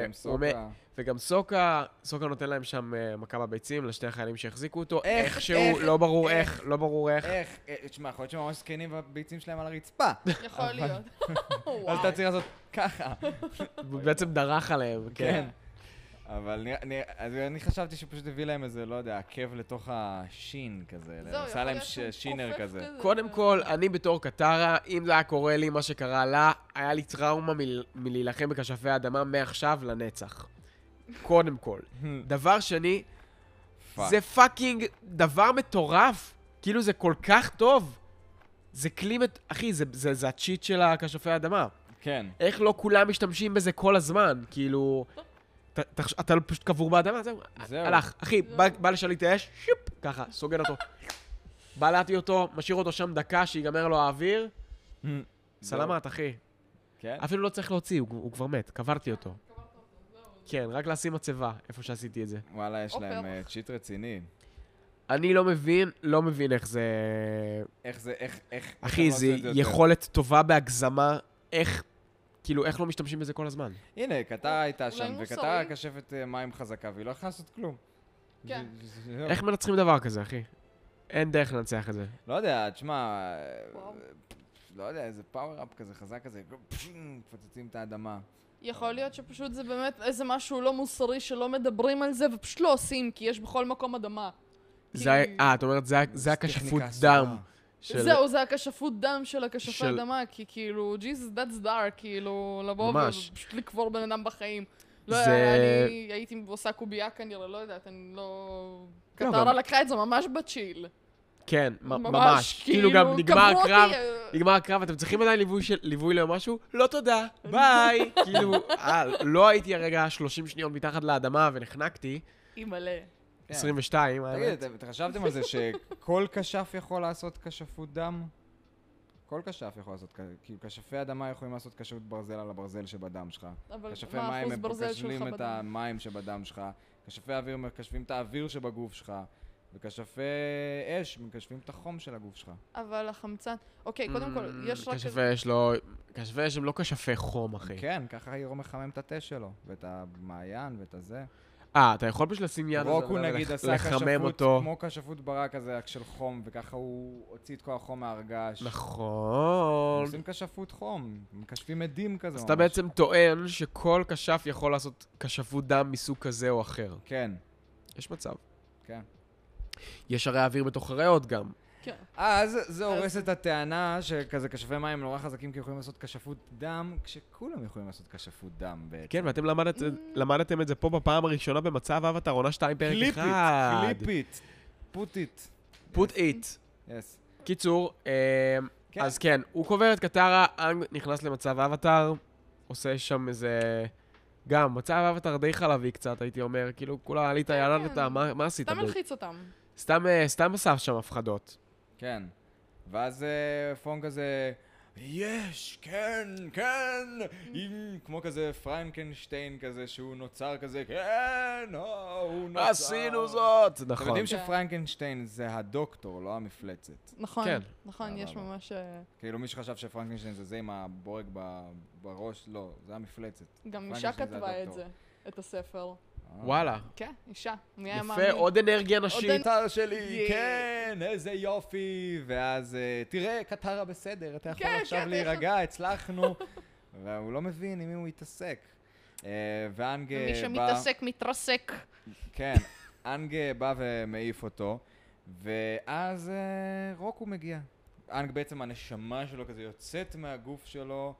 S1: וגם סוקה נותן להם שם מכה בביצים לשתי החיילים שהחזיקו אותו. איכשהו, לא ברור איך.
S2: תשמע, יכול להיות שממש זקנים והביצים שלהם על הרצפה.
S3: יכול להיות.
S2: אז אתה צריך לעשות ככה.
S1: הוא בעצם דרך עליהם, כן.
S2: אבל אני חשבתי שפשוט הביא להם איזה, לא יודע, עקב לתוך השין כזה. עשה להם שינר כזה.
S1: קודם כל, אני בתור קטרה, אם זה היה קורה לי מה שקרה לה, היה לי טראומה מלהילחם בכשפי האדמה מעכשיו לנצח. קודם כל. דבר שני, זה פאקינג דבר מטורף. כאילו זה כל כך טוב. זה כלי, אחי, זה הצ'יט של הכשפי האדמה.
S2: כן.
S1: איך לא כולם משתמשים בזה כל הזמן? כאילו... אתה פשוט קבור באדמה, זהו. הלך. אחי, בא לשליט האש, שיפ, ככה, סוגד אותו. בלעתי אותו, משאיר אותו שם דקה, שיגמר לו האוויר. סלמת, אחי.
S2: כן?
S1: אפילו לא צריך להוציא, הוא כבר מת, קברתי אותו. כן, רק לשים מצבה, איפה שעשיתי את זה.
S2: וואלה, יש להם צ'יט רציני.
S1: אני לא מבין איך זה...
S2: איך
S1: אחי, זה יכולת טובה בהגזמה, איך... כאילו, איך לא משתמשים בזה כל הזמן?
S2: הנה, קטרה הייתה שם, וקטרה קשפת מים חזקה, והיא לא יכולה לעשות כלום.
S3: כן.
S1: איך מנצחים דבר כזה, אחי? אין דרך לנצח את זה.
S2: לא יודע, תשמע, לא יודע, איזה פאוור-אפ כזה חזק כזה, פוצצים את האדמה.
S3: יכול להיות שפשוט זה באמת איזה משהו לא מוסרי שלא מדברים על זה ופשוט לא עושים, כי יש בכל מקום אדמה.
S1: את אומרת, זה הכשפות דם.
S3: זהו, זה הכשפות דם של הכשפי אדמה, כי כאילו, Jesus, that's dark, כאילו, לבוא ופשוט לקבור בן אדם בחיים. לא, אני הייתי עושה קובייה כנראה, לא יודעת, אני לא... קטרה לקחה את זה ממש בצ'יל.
S1: כן, ממש. כאילו גם נגמר הקרב, אתם צריכים עדיין ליווי לו משהו? לא תודה, ביי. כאילו, לא הייתי הרגע 30 שניות מתחת לאדמה ונחנקתי.
S3: היא מלא.
S1: 22,
S2: תגיד,
S1: האמת.
S2: אתם חשבתם על זה שכל כשף יכול לעשות כשפות דם? כל כשף יכול לעשות, כאילו כשפי אדמה יכולים לעשות כשפות ברזל על הברזל שבדם שלך.
S3: אבל
S2: כשפי
S3: מה
S2: מים
S3: אחוז
S2: הם
S3: ברזל שלך
S2: מקשלים את
S3: בדם?
S2: המים שבדם שלך. כשפי אוויר מקשפים את האוויר שבגוף שלך. וכשפי אש מקשפים את החום של הגוף שלך.
S3: אבל החמצן... אוקיי, קודם כל, יש רק...
S1: כשפי אש הם לא כשפי חום, אחי.
S2: כן, ככה הוא מחמם את התה שלו, ואת המעיין ואת הזה.
S1: אתה יכול פשוט לשים יד
S2: רוקו נגיד עשה
S1: לחמם
S2: כשפות
S1: אותו.
S2: כמו כשפות ברק כזה של חום, וככה הוא הוציא את כל החום מהארגש.
S1: נכון.
S2: עושים כשפות חום, מקשפים עדים כזה.
S1: אז אתה בעצם טוען שכל כשף יכול לעשות כשפות דם מסוג כזה או אחר.
S2: כן,
S1: יש מצב.
S2: כן.
S1: יש הרי אוויר בתוך הריאות גם.
S3: כן.
S2: אז זה הורס את הטענה שכזה כשפי מים נורא חזקים כי יכולים לעשות כשפות דם, כשכולם יכולים לעשות כשפות דם בעצם.
S1: כן, ואתם למדתם את זה פה בפעם הראשונה במצב אבטאר, עונה 2 פרק 1.
S2: קליפית, פוטית.
S1: put it.
S2: יס.
S1: קיצור,
S2: כן.
S1: אז כן, הוא קובר את קטרה, אנג נכנס למצב אבטאר, עושה שם איזה... גם, מצב אבטאר די חלבי קצת, הייתי אומר, כאילו, כולה עלית, ילדת, מה עשית?
S3: סתם מלחיץ אותם.
S1: סתם עשה שם הפחדות.
S2: כן. ואז פונג כזה, יש, כן, כן, כמו כזה פרנקנשטיין כזה, שהוא נוצר כזה, כן, הוא נוצר.
S1: עשינו זאת!
S2: אתם
S1: נכון.
S2: יודעים שפרנקנשטיין זה הדוקטור, לא המפלצת.
S3: נכון,
S1: כן.
S3: נכון, יש ממש...
S2: כאילו מי שחשב שפרנקנשטיין זה עם הבורג בראש, לא, זה המפלצת.
S3: גם אישה
S2: פרנקנשטיין זה
S3: כתבה את
S2: הדוקטור.
S3: זה, את הספר.
S1: וואלה.
S3: כן, אישה. מי היה מאמין?
S1: יפה, עוד אנרגיה נשית.
S2: קטרה שלי, כן, איזה יופי. ואז תראה, קטרה בסדר, אתה יכול
S3: כן,
S2: עכשיו
S3: כן,
S2: להירגע, הצלחנו. והוא לא מבין עם מי הוא יתעסק. ואנג
S3: מי
S2: בא...
S3: שמתעסק, מתרסק.
S2: כן, אנג בא ומעיף אותו, ואז רוקו מגיע. אנג בעצם הנשמה שלו כזה יוצאת מהגוף שלו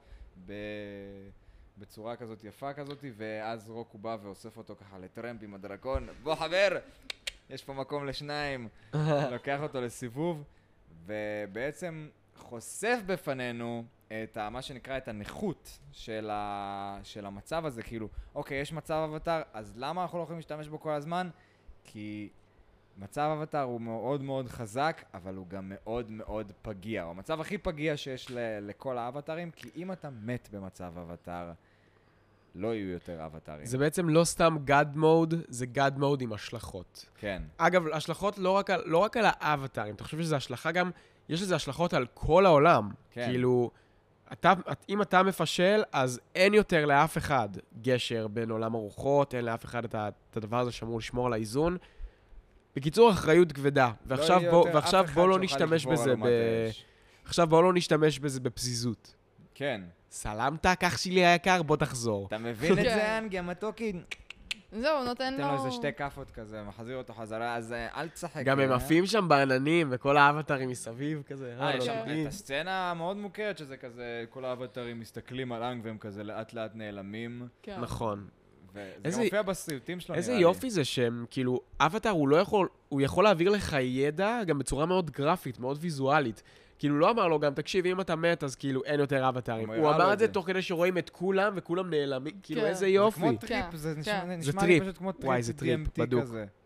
S2: בצורה כזאת יפה כזאת, ואז רוקו בא ואוסף אותו ככה לטרמפ עם הדרקון. בוא חבר, יש פה מקום לשניים. לוקח אותו לסיבוב, ובעצם חושף בפנינו את מה שנקרא את הנכות של המצב הזה. כאילו, אוקיי, יש מצב אבטאר, אז למה אנחנו לא יכולים להשתמש בו כל הזמן? כי מצב אבטאר הוא מאוד מאוד חזק, אבל הוא גם מאוד מאוד פגיע. הוא המצב הכי פגיע שיש לכל האבטארים, כי אם אתה מת במצב אבטאר, לא יהיו יותר אבטארים.
S1: זה בעצם לא סתם God mode, זה God mode עם השלכות.
S2: כן.
S1: אגב, השלכות לא רק על האבטארים, אתה חושב שזה השלכה גם, יש לזה השלכות על כל העולם.
S2: כן.
S1: כאילו, אם אתה מפשל, אז אין יותר לאף אחד גשר בין עולם הרוחות, אין לאף אחד את הדבר הזה שאמור לשמור על האיזון. בקיצור, אחריות כבדה. ועכשיו בואו לא נשתמש בזה עכשיו בואו לא נשתמש בזה בפזיזות.
S2: כן.
S1: סלמת, כך שלי היקר, בוא תחזור.
S2: אתה מבין את זה, אנגי, המתוקי?
S3: זהו, נותן
S2: תן לו
S3: לו...
S2: איזה שתי כאפות כזה, מחזיר אותו חזרה, אז אל תשחק.
S1: גם הם עפים שם בעננים, וכל האבטרים מסביב כזה.
S2: יש שם
S1: לא,
S2: את הסצנה המאוד מוכרת, שזה כזה, כל האבטרים מסתכלים על אנג והם כזה לאט לאט נעלמים.
S3: כן.
S1: נכון.
S2: וזה גם מופיע בסרטים שלו,
S1: איזה
S2: נראה לי.
S1: יופי זה שהם, כאילו, אבטר הוא יכול להעביר לך ידע גם בצורה מאוד גרפית, מאוד ויזואלית. כאילו, לא אמר לו גם, תקשיב, אם אתה מת, אז כאילו אין יותר אבטרים. הוא אמר את זה תוך כדי שרואים את כולם, וכולם נעלמים. כאילו, איזה יופי.
S2: זה כמו טריפ, זה נשמע לי פשוט כמו טריפ.
S1: וואי, זה טריפ, בדוק.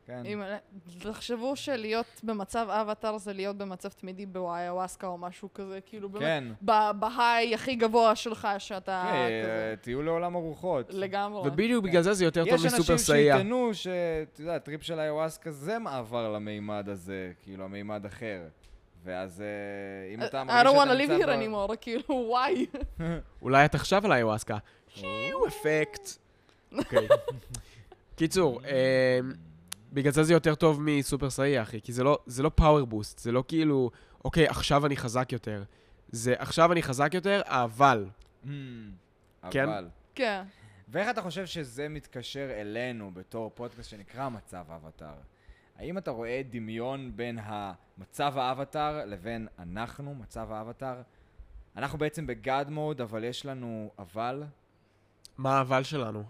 S3: תחשבו שלהיות במצב אבטר זה להיות במצב תמידי בוואיוואסקה או משהו כזה, כאילו באמת, בהיי הכי גבוה שלך שאתה כזה.
S2: תהיו לעולם הרוחות.
S3: לגמרי.
S1: ובדיוק בגלל זה יותר טוב מסופר סייע.
S2: יש אנשים שיטענו שאתה יודע, הטריפ של איוואסקה זה מעבר למימד הזה, כאילו המימד אחר. ואז אם אתה מרגיש
S3: I don't
S2: שאתה
S3: want to live
S2: נמצא
S3: here anymore, כאילו, וואי.
S1: אולי את עכשיו על איוואסקה. שיו אפקט. אוקיי. קיצור, בגלל זה יותר טוב מסופר סאי, אחי, כי זה לא פאוור בוסט, זה לא כאילו, אוקיי, עכשיו אני חזק יותר. זה עכשיו אני חזק יותר, אבל. כן?
S3: כן.
S2: ואיך אתה חושב שזה מתקשר אלינו בתור פודקאסט שנקרא מצב האבטר? האם אתה רואה דמיון בין המצב האבטר לבין אנחנו, מצב האבטר? אנחנו בעצם בגאד מוד, אבל יש לנו אבל.
S1: מה האבל שלנו?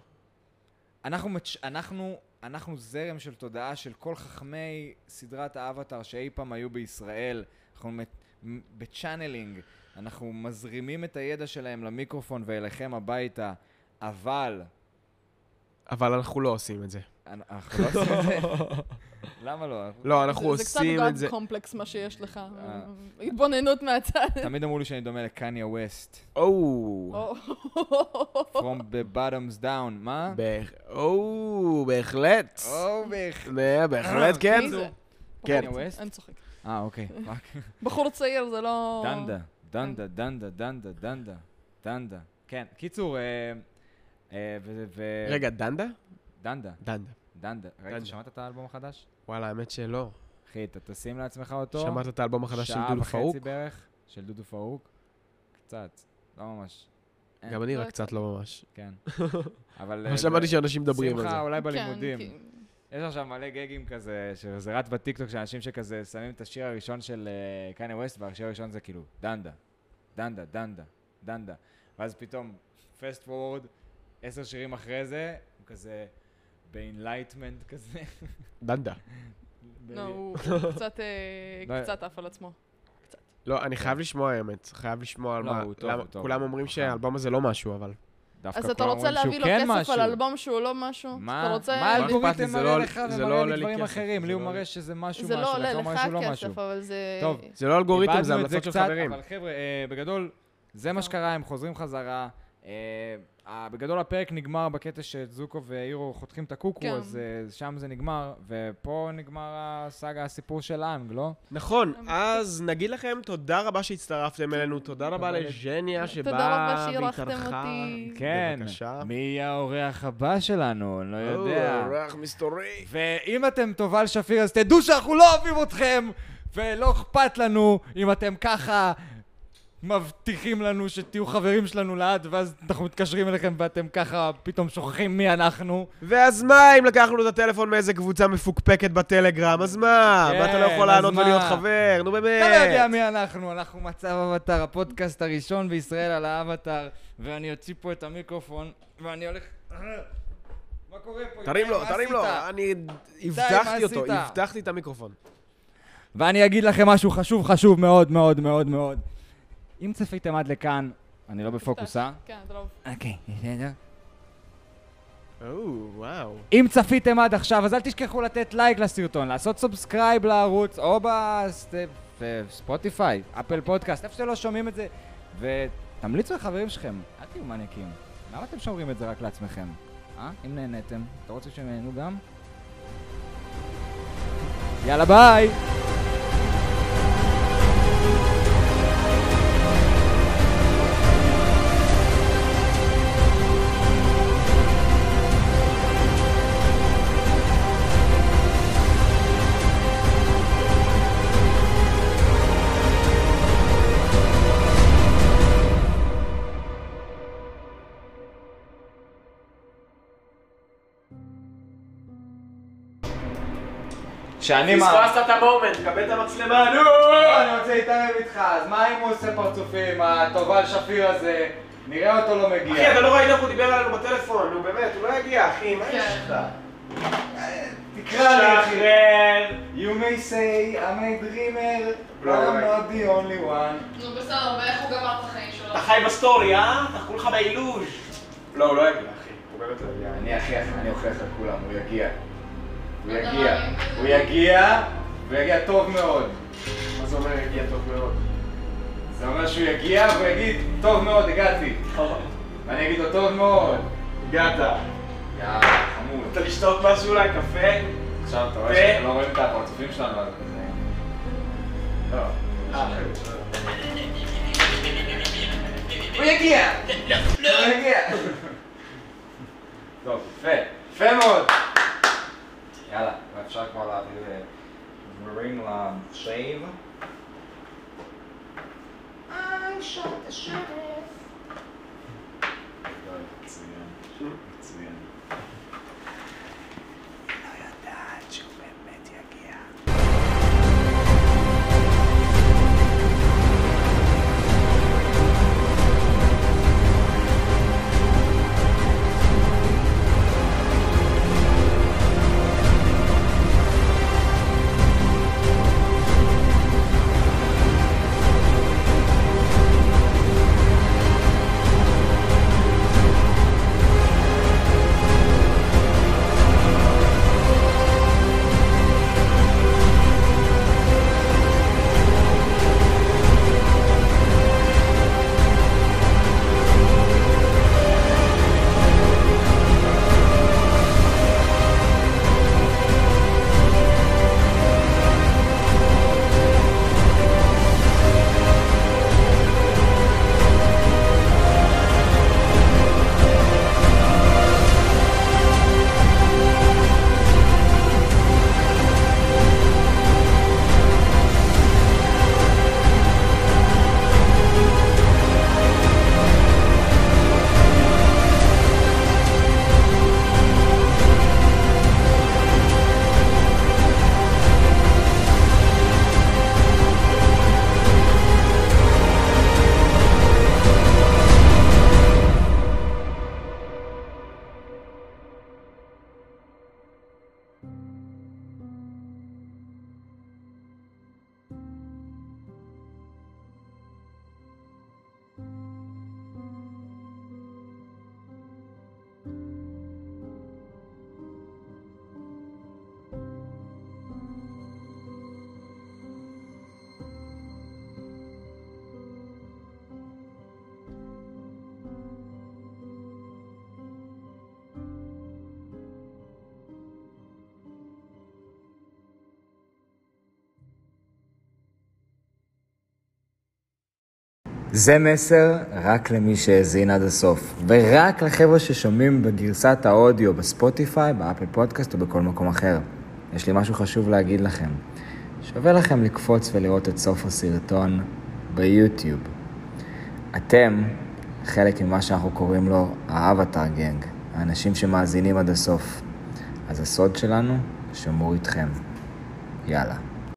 S2: אנחנו זרם של תודעה של כל חכמי סדרת האבטר שאי פעם היו בישראל. אנחנו בצ'אנלינג, אנחנו מזרימים את הידע שלהם למיקרופון ואליכם הביתה, אבל
S1: אנחנו לא עושים את זה.
S2: אנחנו לא עושים את זה. למה לא?
S1: לא, אנחנו עושים את
S3: זה
S1: זה.
S3: קצת גאד קומפלקס מה שיש לך. התבוננות מהצד.
S2: תמיד אמרו לי שאני דומה לקניה ווסט.
S1: או,
S2: From the bottoms down. מה?
S1: בהחלט. בהחלט כן.
S3: מי זה?
S1: כן.
S2: קניה ווסט?
S3: אני צוחק.
S2: אוקיי.
S3: בחור צעיר זה לא...
S2: דנדה. כן, קיצור,
S1: רגע, דנדה?
S2: דנדה.
S1: דנדה.
S2: ראית, שמעת את האלבום החדש?
S1: וואלה, האמת שלא.
S2: אחי, אתה תשים לעצמך אותו.
S1: שמעת את האלבום החדש של דודו פרוק?
S2: שעה וחצי בערך, של דודו פרוק. קצת, לא ממש.
S1: גם אני רק קצת לא ממש.
S2: כן. אבל...
S1: שמעתי שאנשים מדברים על זה.
S2: שמחה, אולי בלימודים.
S3: כן,
S2: יש עכשיו מלא גגים כזה, שזה רץ בטיקטוק של אנשים שכזה שמים את השיר הראשון של קניה ווסט, והשיר הראשון זה כאילו דנדה. ואז פתאום, fast forward, 10 שירים אחרי זה, הוא כזה ב-enlightenment כזה.
S1: דנדה.
S3: לא, הוא קצת עף על עצמו.
S1: לא, אני חייב לשמוע האמת. חייב לשמוע על
S2: לא,
S1: מה.
S2: הוא טוב, הוא טוב.
S1: כולם אומרים שהאלבום הזה לא משהו, אבל...
S3: אז אתה רוצה להביא לו כסף על אלבום שהוא לא משהו?
S2: מה
S1: אכפת
S2: האלגוריתם
S1: לי,
S2: מראה לך
S1: זה לא
S2: ומראה
S1: עולה
S2: לי
S1: לי
S2: דברים
S1: כסף,
S2: אחרים?
S1: זה
S2: לי הוא
S1: לא
S2: מראה שזה משהו,
S3: זה לא עולה
S2: לך הוא
S3: לך
S2: מראה שהוא לא משהו.
S3: כסף, אבל זה...
S2: טוב.
S1: זה לא אלגוריתם, זה
S2: איבדנו את
S1: המלצות של
S2: קצת,
S1: חברים.
S2: אבל חבר'ה, בגדול, זה מה שקרה, הם חוזרים חזרה. בגדול הפרק נגמר בקטע שזוקו ואירו חותכים את הקוקו,
S3: כן.
S2: אז שם זה נגמר, ופה נגמר הסאגה, הסיפור של האנג, לא?
S1: נכון, אז נגיד לכם תודה רבה שהצטרפתם אלינו, תודה רבה לז'ניה שבאה
S3: תודה רבה שאירחתם
S1: והתארחה.
S3: אותי.
S2: כן,
S1: בבקשה.
S2: מי יהיה האורח הבא שלנו? אני לא יודע.
S1: אורח מסתורי.
S2: ואם אתם תובל שפיר, אז תדעו שאנחנו לא אוהבים אתכם, ולא אכפת לנו אם אתם ככה מבטיחים לנו שתהיו חברים שלנו לעד, ואז אנחנו מתקשרים אליכם ואתם ככה פתאום שוכחים מי אנחנו.
S1: ואז מה אם לקחנו את הטלפון מאיזה קבוצה מפוקפקת בטלגרם? אז מה?
S2: כן,
S1: מה אתה לא יכול
S2: אז
S1: לענות
S2: מה?
S1: ולהיות חבר? נו באמת.
S2: אתה לא יודע מי אנחנו מצב אבטר, הפודקאסט הראשון בישראל על האבטר, ואני אוציא פה את המיקרופון, ואני הולך... מה קורה פה?
S1: תרים לו,
S2: מה
S1: תרים לו.
S2: עשית?
S1: אני
S2: מה
S1: הבטחתי אותו,
S2: עשית?
S1: הבטחתי את המיקרופון.
S2: ואני אגיד לכם משהו חשוב מאוד מאוד מאוד מאוד. אם צפיתם עד לכאן, אני לא בפוקוס, אה?
S3: כן, אתה לא...
S2: אוקיי, בסדר.
S1: וואו.
S2: אם צפיתם עד עכשיו, אז אל תשכחו לתת לייק לסרטון, לעשות סובסקרייב לערוץ, או בספוטיפיי, אפל פודקאסט, איפה שלא שומעים את זה, ותמליצו לחברים שלכם, אל תהיו מניאקים. למה אתם שומרים את זה רק לעצמכם? אם נהנתם, אתה רוצה שהם יהנו גם? יאללה ביי!
S1: פספסת את המומנט, קבל את המצלמה, נו!
S2: אני רוצה להתערב איתך, אז מה אם הוא עושה פרצופים, התובל שפיר הזה, נראה אותו לא מגיע.
S1: אחי, אתה לא ראית איך הוא דיבר עלינו בטלפון, נו באמת, הוא לא יגיע, אחי, מה יש לך?
S2: תקרא לי, אחי.
S1: שחרר!
S2: You may say I'm a dreamer, but
S1: לא,
S2: I'm
S1: לא.
S2: not the only one.
S3: נו בסדר, ואיך הוא גמר את החיים שלו?
S1: אתה חי בסטורי, תחכו לך באילוז'. לא, הוא לא יגיע, אחי, הוא באמת לא יגיע.
S2: אני אוכיח לכולם, הוא יגיע. הוא
S3: אתה
S2: יגיע.
S3: מאמין בזה?
S2: הוא יגיע, והוא יגיע טוב מאוד.
S1: מה זה אומר יגיע טוב מאוד?
S2: זה אומר שהוא יגיע והוא יגיד, טוב מאוד, הגעתי. ואני אגיד לו, טוב מאוד.
S1: הגעת.
S2: יאללה, חמוד.
S1: אתה לשתות משהו אולי, קפה?
S2: עכשיו אתה רואה שאתם לא רואים את הפרצופים שלנו, אז כזה... לא. הוא יגיע! הוא יגיע! טוב, יפה. יפה מאוד! יאללה, אפשר כבר להעביר דברים לשייב. I shot the sheriff. מצוין. מצוין. לא יודעת שהוא באמת יגיע.
S5: זה מסר רק למי שהזין עד הסוף, ורק לחבר'ה ששומעים בגרסת האודיו בספוטיפיי, באפל פודקאסט או בכל מקום אחר. יש לי משהו חשוב להגיד לכם. שווה לכם לקפוץ ולראות את סוף הסרטון ביוטיוב. אתם חלק ממה שאנחנו קוראים לו האבטר גנג, האנשים שמאזינים עד הסוף. אז הסוד שלנו שמור איתכם. יאללה.